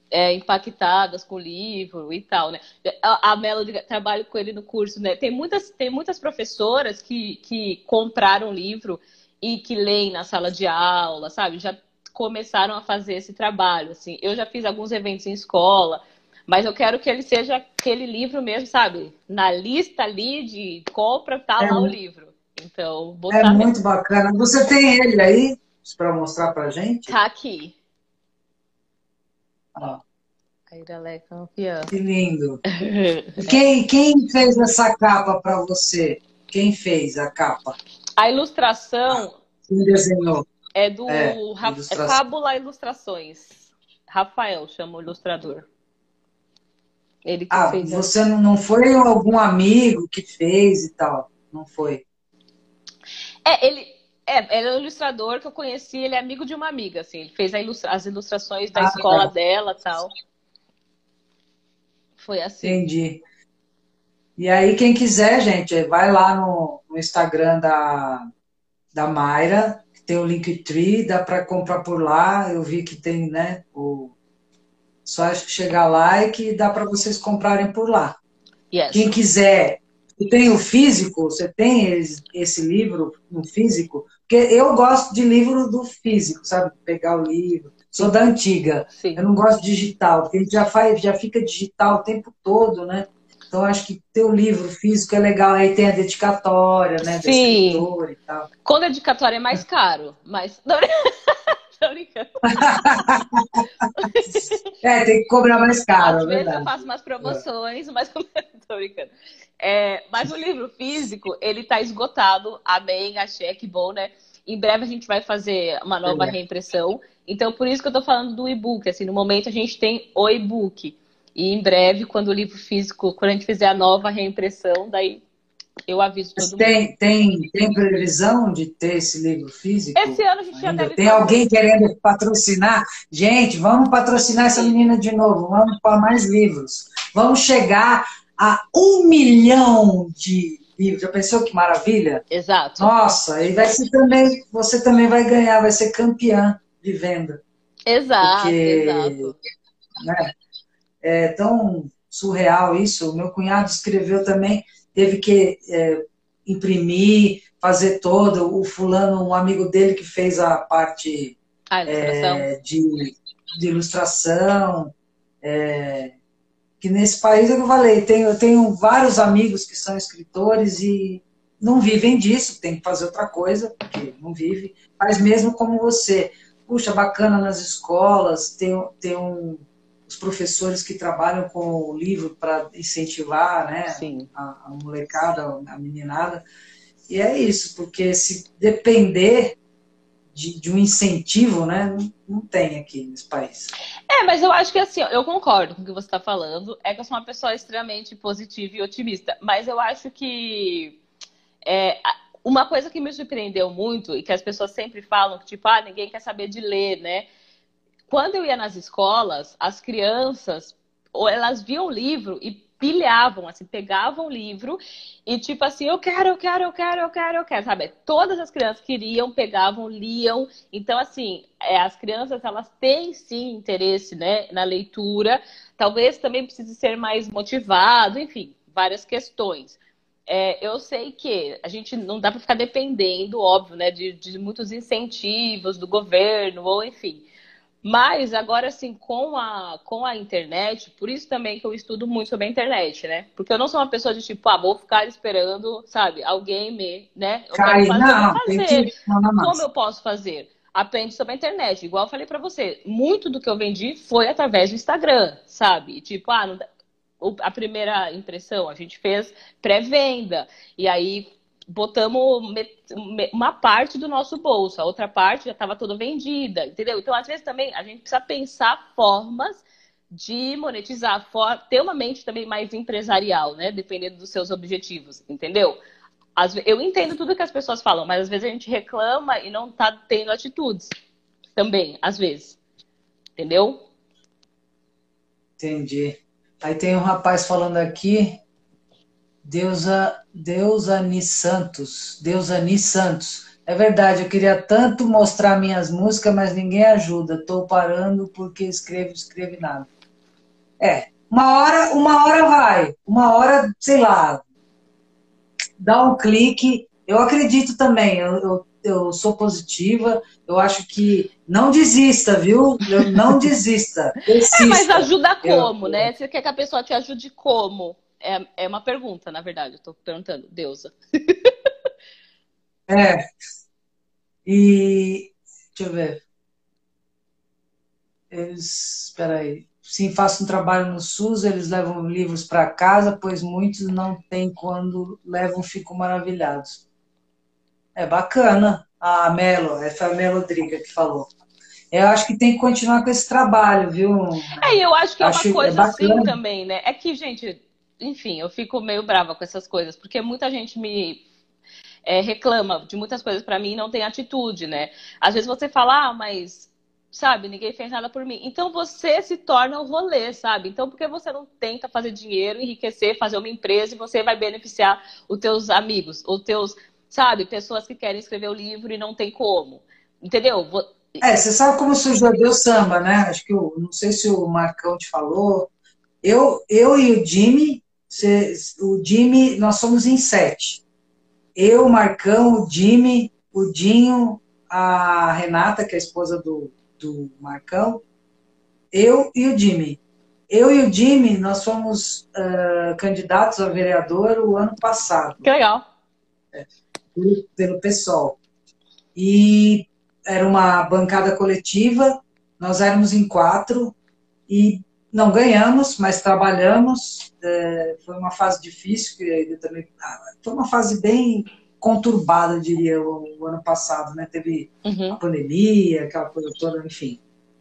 é, impactadas com o livro e tal, né? A, a Melody, trabalho com ele no curso, né? Tem muitas, tem muitas professoras que, que compraram o livro e que leem na sala de aula, sabe? Já começaram a fazer esse trabalho, assim. Eu já fiz alguns eventos em escola, mas eu quero que ele seja aquele livro mesmo, sabe? Na lista ali de compra, tá É, lá o livro. Então, é botar muito bacana. Você tem ele aí para mostrar para gente? tá aqui. Ó, A Iralé campeã. que lindo. E quem, quem fez essa capa para você? Quem fez a capa? A ilustração Quem desenhou? é É, do Ra- é ilustração. Fábula Ilustrações. Rafael chama o ilustrador. Ele que Ah, fez a... você não não foi algum amigo que fez e tal? Não foi? É, ele é, ele é um ilustrador que eu conheci, ele é amigo de uma amiga, assim. Ele fez a ilustra- as ilustrações da Ah, escola legal. dela e tal. Foi assim. Entendi. E aí, quem quiser, gente, vai lá no, no Instagram da, da Mayra, que tem o Linktree, dá para comprar por lá. Eu vi que tem, né? O, só chegar lá e que dá para vocês comprarem por lá. Yes. Quem quiser, tem o físico, você tem esse, esse livro no físico? Porque eu gosto de livro do físico, sabe? Pegar o livro. Sou Sim. da antiga. Eu Sim. não gosto de digital, porque a gente já faz, já fica digital o tempo todo, né? Então acho que ter o livro físico é legal. Aí tem a dedicatória, né, da Sim. escritora e tal. Quando a dedicatória é mais caro, mas. Não, tô brincando. É, tem que cobrar mais caro, Às é vezes eu verdade. faço umas promoções, mas tô brincando. É, mas o livro físico, ele tá esgotado. Amém, achei que bom, né? Em breve a gente vai fazer uma nova É. reimpressão. Então, por isso que eu tô falando do e-book. Assim, no momento a gente tem o e-book. E em breve, quando o livro físico, quando a gente fizer a nova reimpressão, daí eu aviso Mas todo mundo. tem, tem, tem previsão de ter esse livro Esse físico ano a gente já ainda? deve Tem fazer. alguém querendo patrocinar? Gente, vamos patrocinar essa Sim, menina de novo, vamos para mais livros. Vamos chegar a um milhão de livros. Já pensou que maravilha? exato. Nossa, e vai ser também, você também vai ganhar, vai ser campeã de venda. Exato, Porque, exato. né, é tão surreal isso. O meu cunhado escreveu também, teve que é, imprimir, fazer todo. O fulano, um amigo dele que fez a parte A ilustração? é, de, de ilustração. É, que nesse país, é que eu falei, tenho, eu tenho vários amigos que são escritores e não vivem disso, tem que fazer outra coisa, porque não vive, mas mesmo como você. Puxa, bacana nas escolas, tem, tem um, os professores que trabalham com o livro para incentivar, né, Sim. a, a molecada, a meninada. E é isso, porque se depender de, de um incentivo, né, não, não tem aqui nesse país. É, mas eu acho que assim, ó, eu concordo com o que você está falando. É que eu sou uma pessoa extremamente positiva e otimista. Mas eu acho que é, uma coisa que me surpreendeu muito e que as pessoas sempre falam, que tipo, ah, ninguém quer saber de ler, né? Quando eu ia nas escolas, as crianças, ou elas viam o livro e pilhavam, assim, pegavam o livro e tipo assim, eu quero, eu quero, eu quero, eu quero, eu quero, sabe? Todas as crianças queriam, pegavam, liam. Então, assim, é, as crianças, elas têm sim interesse, né, na leitura. Talvez também precise ser mais motivado, enfim, várias questões. É, eu sei que a gente não dá para ficar dependendo, óbvio, né, de, de muitos incentivos do governo, ou enfim. Mas agora, assim, com a, com a internet, por isso também que eu estudo muito sobre a internet, né? Porque eu não sou uma pessoa de tipo, ah, vou ficar esperando, sabe, alguém me, né? Eu quero Cai, fazer, eu vou não, tem fazer. que mandar Como mais. eu posso fazer? Aprende sobre a internet. Igual eu falei pra você, muito do que eu vendi foi através do Instagram, sabe? Tipo, ah, não dá- o- a primeira impressão a gente fez pré-venda. E aí botamos met- me- uma parte do nosso bolso, a outra parte já estava toda vendida, entendeu? Então, às vezes também a gente precisa pensar formas de monetizar, for- ter uma mente também mais empresarial, né? Dependendo dos seus objetivos, entendeu? Às ve- eu entendo tudo que as pessoas falam, mas às vezes a gente reclama e não tá tendo atitudes também, às vezes, entendeu? Entendi. Aí tem um rapaz falando aqui, Deusa, Deusani Santos, Deusani Santos. É verdade, eu queria tanto mostrar minhas músicas, mas ninguém ajuda. Estou parando porque escrevo, escrevo nada. É, uma hora, uma hora vai, uma hora, sei lá, dá um clique. Eu acredito também, eu, eu, eu sou positiva, eu acho que não desista, viu? Eu não desista, É, mas persista. ajuda Eu, como, né? Você quer que a pessoa te ajude como? É, é uma pergunta, na verdade. Eu tô perguntando, Deusa. é, e deixa eu ver. Eles, espera aí. Sim, faço um trabalho no SUS, eles levam livros para casa, pois muitos não têm quando levam, ficam maravilhados. É bacana. A Melo, essa foi a Melodriga que falou. Eu acho que tem que continuar com esse trabalho, viu? É, e eu acho que é uma Acho é coisa assim bacana. também, né? É que, gente, enfim, eu fico meio brava com essas coisas, porque muita gente me é, reclama de muitas coisas pra mim e não tem atitude, né? Às vezes você fala, ah, mas, sabe, ninguém fez nada por mim. Então você se torna o rolê, sabe? Então por que você não tenta fazer dinheiro, enriquecer, fazer uma empresa e você vai beneficiar os teus amigos, os teus, sabe, pessoas que querem escrever o livro e não tem como. Entendeu? Vo- É, você sabe como surgiu a Deus Samba, né? Acho que o, não sei se o Marcão te falou. Eu, eu e o Jimmy, cê- o Jimmy, nós somos em sete. Eu, o Marcão, o Jimmy, o Dinho, a Renata, que é a esposa do, do Marcão, eu e o Jimmy. Eu e o Jimmy, nós fomos ah, candidatos a vereador o ano Que passado, legal. pelo, pelo PSOL. E era uma bancada coletiva, nós éramos em quatro e não ganhamos, mas trabalhamos. É, foi uma fase difícil, que eu também, ah, foi uma fase bem conturbada, eu diria, o, o ano passado, né? Teve a Uhum. pandemia, aquela coisa toda, enfim.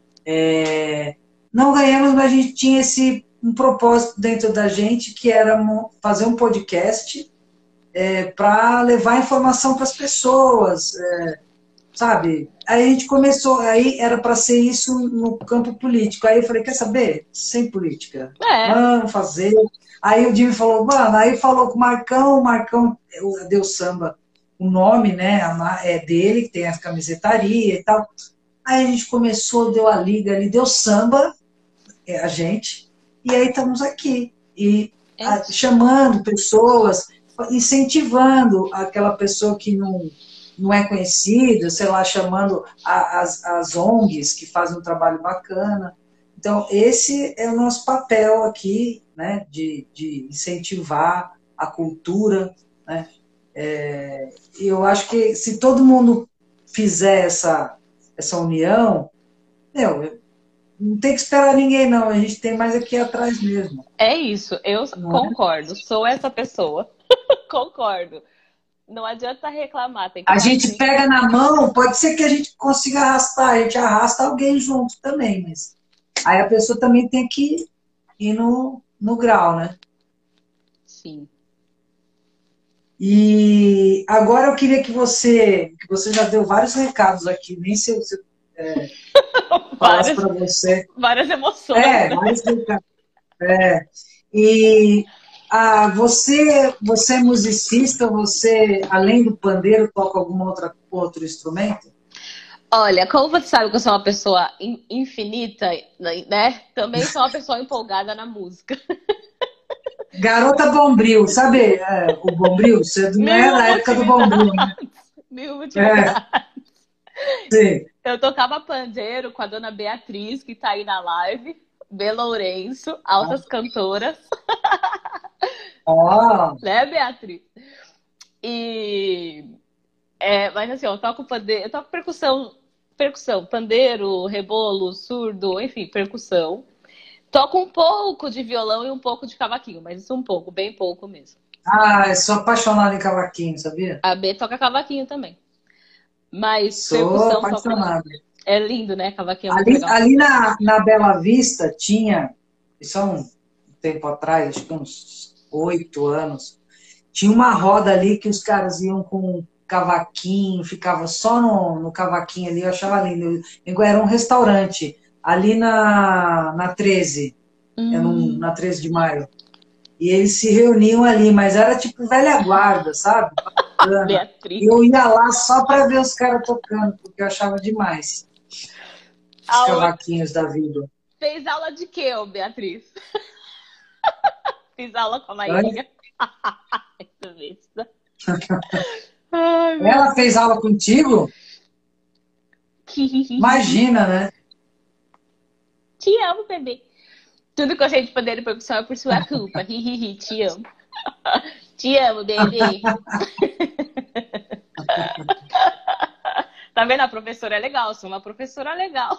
É, não ganhamos, mas a gente tinha esse um propósito dentro da gente que era fazer um podcast é, para levar informação para as pessoas, é, sabe? Aí a gente começou, aí era para ser isso no campo político. Aí eu falei, quer saber? Sem política. É. Vamos fazer. Aí o Jimmy falou, mano, aí falou com o Marcão, o Marcão deu samba, o nome, né, é dele, que tem a camisetaria e tal. Aí a gente começou, deu a liga ali, deu samba, é, a gente, e aí estamos aqui. E É a, isso. chamando pessoas, incentivando aquela pessoa que não, não é conhecida, sei lá, chamando a, as, as O N Gs que fazem um trabalho bacana. Então, esse é o nosso papel aqui, né, de, de incentivar a cultura, né? É, e eu acho que se todo mundo fizer essa, essa união, meu, não tem que esperar ninguém, não. A gente tem mais aqui atrás mesmo, É isso. Eu não é? concordo. Sou essa pessoa. Concordo. Não adianta reclamar, tem que A gente partir. pega na mão, pode ser que a gente consiga arrastar, a gente arrasta alguém junto também, mas aí a pessoa também tem que ir no, no grau, né? Sim. E agora eu queria que você, que você já deu vários recados aqui, nem se eu, se eu falasse Várias, para você. várias emoções, É, né? vários recados. É. E ah, você, você é musicista, você, além do pandeiro, toca algum outra, outro instrumento? Olha, como você sabe que eu sou uma pessoa in- infinita, né? Também sou uma pessoa empolgada na música. Garota Bombril, sabe é, o Bombril? Você não Mil e é uma da época do Bombril, né? atividades. Mil e uma É, atividades. sim. Eu tocava pandeiro com a dona Beatriz, que tá aí na live. B. Lourenço, altas cantoras. Ó, Né, Beatriz? E é, mas assim, eu toco pandeiro, eu toco percussão, percussão, pandeiro, rebolo, surdo, enfim, percussão. Toco um pouco de violão e um pouco de cavaquinho, mas isso um pouco, bem pouco mesmo. ah, eu sou apaixonado em cavaquinho, sabia? A B toca cavaquinho também. Mas Sou percussão toco também. apaixonado. É lindo, né? Cavaquinho é muito Ali, legal. ali na, na Bela Vista tinha, isso há um tempo atrás, acho que uns oito anos, tinha uma roda ali que os caras iam com um cavaquinho, ficava só no, no cavaquinho ali, eu achava lindo. Era um restaurante ali na, na treze, é num- Hum, na treze de maio. E eles se reuniam ali, mas era tipo velha guarda, sabe? Bacana. Beatriz. Eu ia lá só para ver os caras tocando, porque eu achava demais os A, cavaquinhos da vida. fez aula de quê, ô Beatriz? Fiz aula com a Maíra. Ai, meu Ela fez aula contigo? Deus. Imagina, né? Te amo, bebê. Tudo que eu sei de poder e percussão é por sua culpa. Te amo. Te amo, bebê. Tá vendo? A professora é legal. Sou uma professora legal.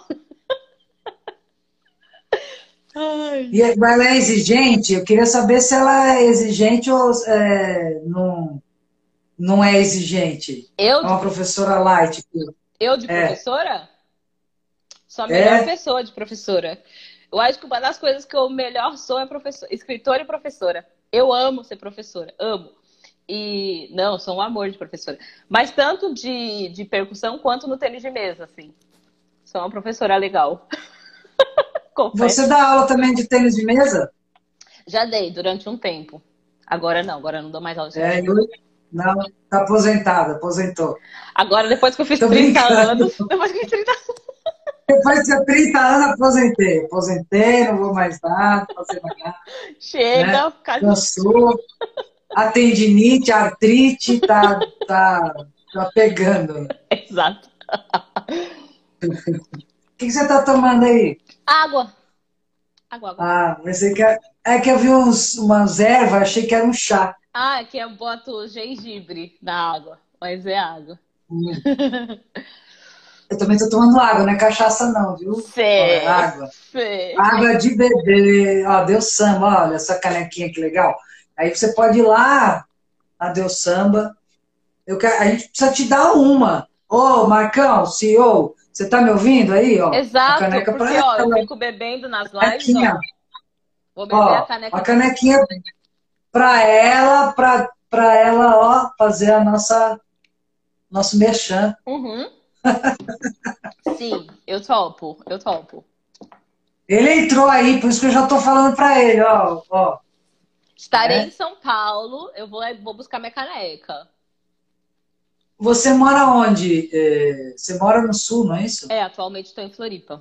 Ai. E ela é exigente? Eu queria saber se ela é exigente ou é, não, não é exigente. Eu É de, uma professora light. eu de É. professora? Sou a melhor É? pessoa de professora. Eu acho que uma das coisas que eu melhor sou é professora, escritora e professora. Eu amo ser professora, amo. E não, sou um amor de professora. Mas tanto de, de percussão quanto no tênis de mesa, assim. Sou uma professora legal. Confesso. Você dá aula também de tênis de mesa? Já dei durante um tempo. Agora não, agora não dou mais aula de tênis É, de eu, mesa. não, tá aposentada, aposentou. Agora, depois que eu fiz Tô trinta brincando. anos, depois que eu fiz trinta Depois de trinta anos, aposentei. Aposentei, não vou mais dar, não fazer mais nada, né? chega, casa... Cansou. A tendinite, a artrite, tá, tá, tá pegando. Né? Exato. O que, que você tá tomando aí? Água. Água, água. Ah, pensei que é, é que eu vi uns, umas ervas, achei que era um chá. Ah, aqui eu boto gengibre na água, mas é água. Hum. Eu também tô tomando água, não é cachaça não, viu? Ó, é Sei, água. sei. Água de beber. Ó, Deus Samba, olha essa canequinha que legal. Aí você pode ir lá na Deus Samba. Eu quero, a gente precisa te dar uma. Ô, Marcão, C E O, você tá me ouvindo aí, ó? A Exato, caneca pra porque ó, eu ela. fico bebendo nas lives, Canequinha. ó. Vou beber a Ó, caneca a de vocês. canequinha pra ela, pra, pra ela, ó, fazer a nossa, nosso merchan. Uhum. Sim, eu topo, eu topo. Ele entrou aí, por isso que eu já tô falando pra ele, ó, ó. Estarei Né? em São Paulo, eu vou, vou buscar minha caneca. Você mora onde? É, você mora no sul, não é isso? É, atualmente estou em Floripa.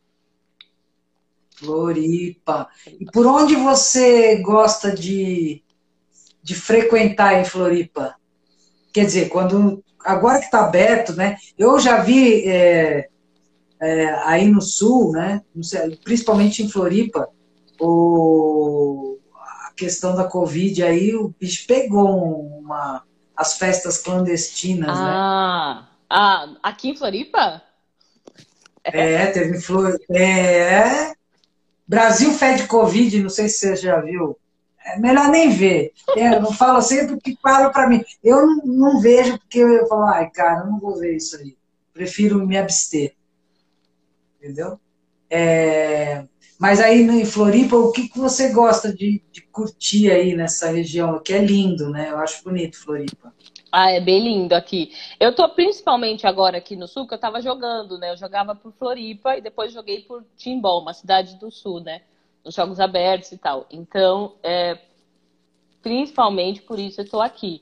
Floripa. E por onde você gosta de, de frequentar em Floripa? Quer dizer, quando agora que está aberto, né? Eu já vi é, é, aí no sul, né? Principalmente em Floripa, o, a questão da Covid aí, o bicho pegou uma, as festas clandestinas, né? Ah, ah, aqui em Floripa? É, teve Flor... É, Brasil fede Covid, não sei se você já viu. É melhor nem ver. Eu não falo sempre que fala para mim. Eu não, não vejo porque eu falo, ai, cara, eu não vou ver isso aí. Prefiro me abster. Entendeu? É, mas aí em Floripa, o que, que você gosta de, de curtir aí nessa região? Que é lindo, né? Eu acho bonito Floripa. Ah, é bem lindo aqui. Eu tô principalmente agora aqui no sul, que eu tava jogando, né? Eu jogava por Floripa e depois joguei por Timbó, uma cidade do sul, né? Nos Jogos Abertos e tal. Então, é, principalmente por isso eu tô aqui.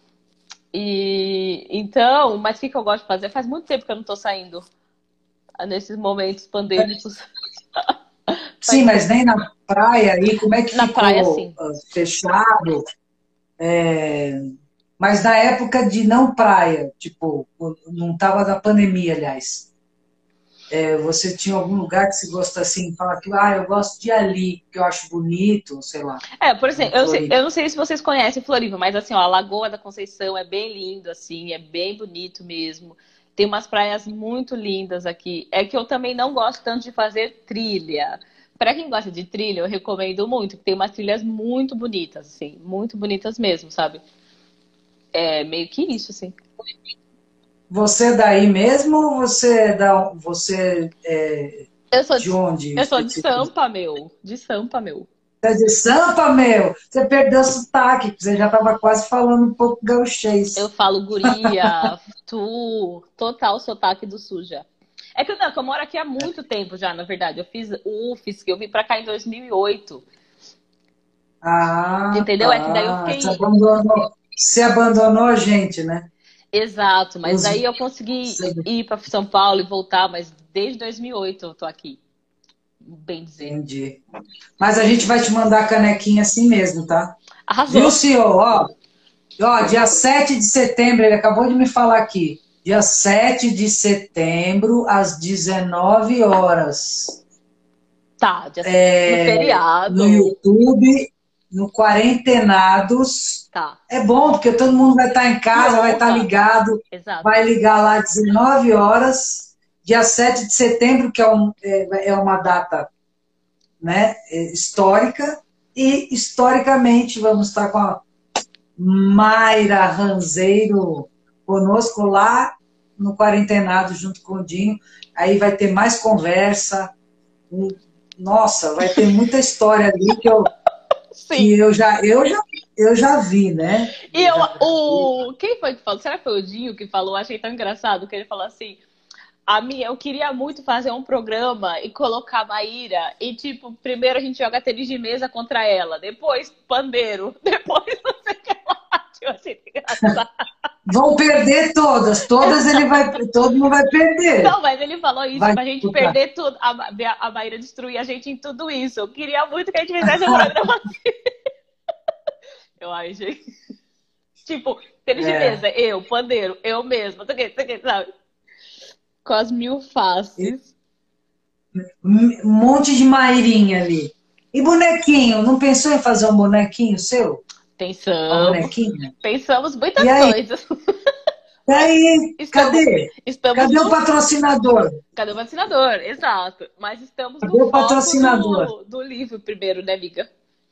E então, mas o que que eu gosto de fazer? Faz muito tempo que eu não tô saindo nesses momentos pandêmicos. Sim, mas nem na praia aí, como é que Na praia, ficou sim. uh, fechado? É, mas na época de não praia, tipo, não estava da pandemia, aliás. É, você tinha algum lugar que você gosta assim, fala que ah, eu gosto de ali, que eu acho bonito, sei lá, É, por em exemplo, eu não sei, Floripa. eu não sei se vocês conhecem Floripa, mas assim, ó, a Lagoa da Conceição é bem lindo, assim, é bem bonito mesmo. Tem umas praias muito lindas aqui. É que eu também não gosto tanto de fazer trilha. Para quem gosta de trilha, eu recomendo muito, que tem umas trilhas muito bonitas, assim, muito bonitas mesmo, sabe? É meio que isso, assim. Você é daí mesmo ou você é, da, você é Eu sou de de, onde eu sou de especificamente? Sampa, meu. De Sampa, meu. Você é de Sampa, meu? Você perdeu o sotaque, você já estava quase falando um pouco Eu gauchês. falo guria, tu, total sotaque do suja. É que, não, que eu moro aqui há muito tempo já, na verdade. Eu fiz o U F S C, eu vim pra cá em dois mil e oito. Ah, Entendeu? É que daí eu tá. Você fiquei. abandonou, você abandonou a gente, né? Exato, mas Os, daí eu consegui ir pra São Paulo e voltar, mas desde dois mil e oito eu tô aqui. bem dizer. Entendi. Mas a gente vai te mandar a canequinha assim mesmo, tá? Arrasou. Viu, senhor? Ó, ó, dia sete de setembro, ele acabou de me falar aqui. Dia sete de setembro, às dezenove horas. Tá, dia É, no feriado. no YouTube, no Quarentenados. Tá. É bom, porque todo mundo vai estar em casa, vai estar ligado. Exato. Vai ligar lá às dezenove horas, dia sete de setembro, que é, um, é, é uma data, né, histórica. E, historicamente, vamos estar com a Mayra Ranzeiro conosco lá no Quarentenado, junto com o Dinho. Aí vai ter mais conversa. Nossa, vai ter muita história ali que eu, que eu, já, eu, já, eu já vi, né? E eu, o... quem foi que falou? Será que foi o Dinho que falou? Achei tão engraçado que ele falou assim... A minha, eu queria muito fazer um programa e colocar a Maíra e, tipo, primeiro a gente joga tênis de mesa contra ela, depois pandeiro, depois não sei o que lá. Eu achei engraçado. Vão perder todas, todas ele vai, todo mundo vai perder. Não, mas ele falou isso, vai pra gente disputar. perder tudo, a, a Maíra destruir a gente em tudo isso. Eu queria muito que a gente fizesse um programa assim. Eu achei. Tipo, tênis é. de mesa, eu, pandeiro, eu mesma, sabe? Com as mil faces. Um monte de Mairinha ali. E bonequinho? Não pensou em fazer um bonequinho seu? Pensamos. Bonequinha? Pensamos muitas e aí? coisas. E aí? Estamos, cadê? Estamos cadê no... o patrocinador? Cadê o patrocinador? Exato. Mas estamos cadê no o patrocinador? foco do, do livro primeiro, né, amiga?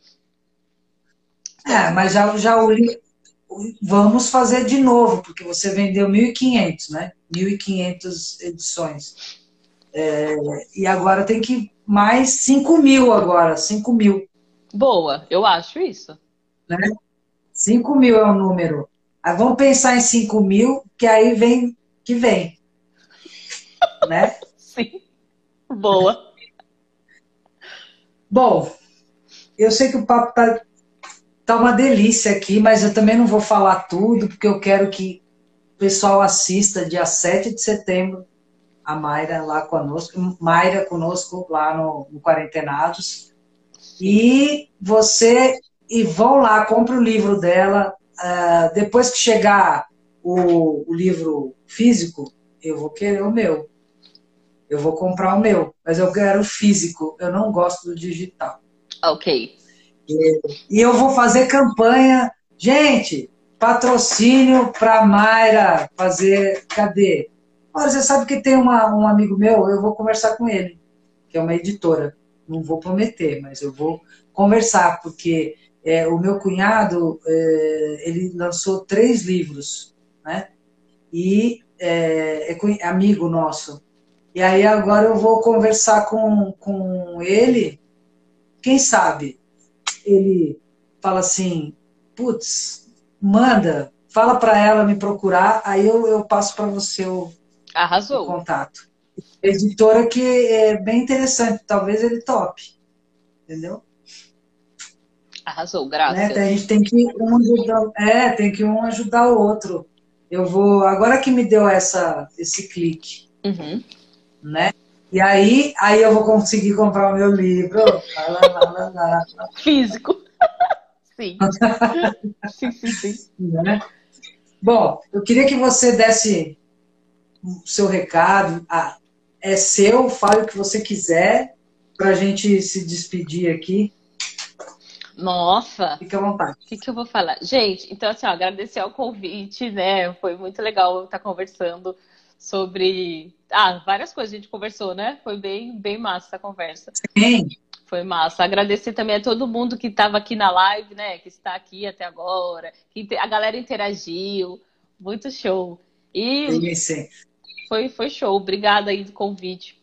É, mas já, já o li... Vamos fazer de novo, porque você vendeu mil e quinhentos, né? mil e quinhentas edições. É, e agora tem que mais cinco mil agora, cinco mil. Boa, eu acho isso. Né? cinco mil é o número. Aí vamos pensar em cinco mil, que aí vem, que vem. Né? Sim. Boa. Bom, eu sei que o papo tá, tá uma delícia aqui, mas eu também não vou falar tudo, porque eu quero que o pessoal assista dia sete de setembro, a Mayra lá conosco, Mayra conosco lá no, no Quarentenados. E você, e vão lá, compra o livro dela. Uh, depois que chegar o, o livro físico, eu vou querer o meu. Eu vou comprar o meu, mas eu quero o físico, eu não gosto do digital. Ok. E, e eu vou fazer campanha. Gente, patrocínio para Mayra fazer. Cadê? Olha, você sabe que tem uma, um amigo meu, eu vou conversar com ele, que é uma editora. Não vou prometer, mas eu vou conversar, porque é, o meu cunhado, é, ele lançou três livros, né? E é, é amigo nosso. E aí agora eu vou conversar com, com ele, quem sabe ele fala assim, putz, manda, fala para ela me procurar, aí eu, eu passo para você o, Arrasou. o contato. Editora que é bem interessante, talvez ele tope, entendeu? Arrasou, graças. Né? A gente tem que um ajudar, é, tem que um ajudar o outro. Eu vou, agora que me deu essa, esse clique, uhum. né? E aí, aí eu vou conseguir comprar o meu livro. Lá, lá, lá, lá, lá. Físico. Sim. sim, sim, sim. Né? Bom, eu queria que você desse o seu recado. Ah, é seu, fale o que você quiser para a gente se despedir aqui. Nossa! Fique à vontade. O que, que eu vou falar? Gente, então assim, ó, agradecer ao convite, né? Foi muito legal estar conversando sobre... Ah, várias coisas a gente conversou, né? Foi bem, bem massa essa conversa. Sim. Foi massa. Agradecer também a todo mundo que estava aqui na live, né? Que está aqui até agora. Que a galera interagiu. Muito show. E sim. Foi, foi show. Obrigada aí do convite.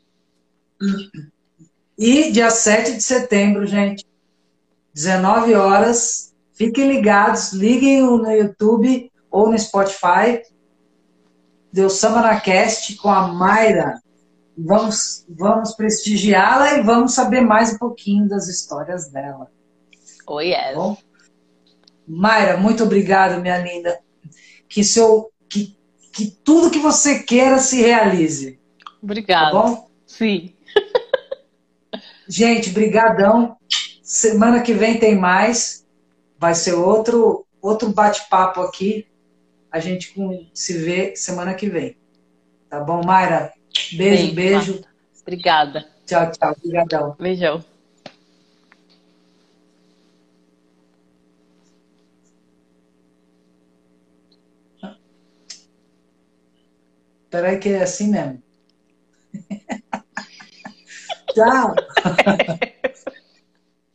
E dia sete de setembro, gente, dezenove horas, fiquem ligados, liguem no YouTube ou no Spotify, Deus Samba na Cast com a Mayra. Vamos, vamos prestigiá-la e vamos saber mais um pouquinho das histórias dela. Oh, yes. Tá bom? Mayra, muito obrigado, minha linda. Que, seu, que, que tudo que você queira se realize. Obrigada. Tá bom? Sim. Gente, brigadão. Semana que vem tem mais. Vai ser outro, outro bate-papo aqui. A gente se vê semana que vem. Tá bom, Mayra? Beijo, Beijo, beijo. Marta. Obrigada. Tchau, tchau. Obrigadão. Beijão. Peraí que é assim mesmo. Tchau.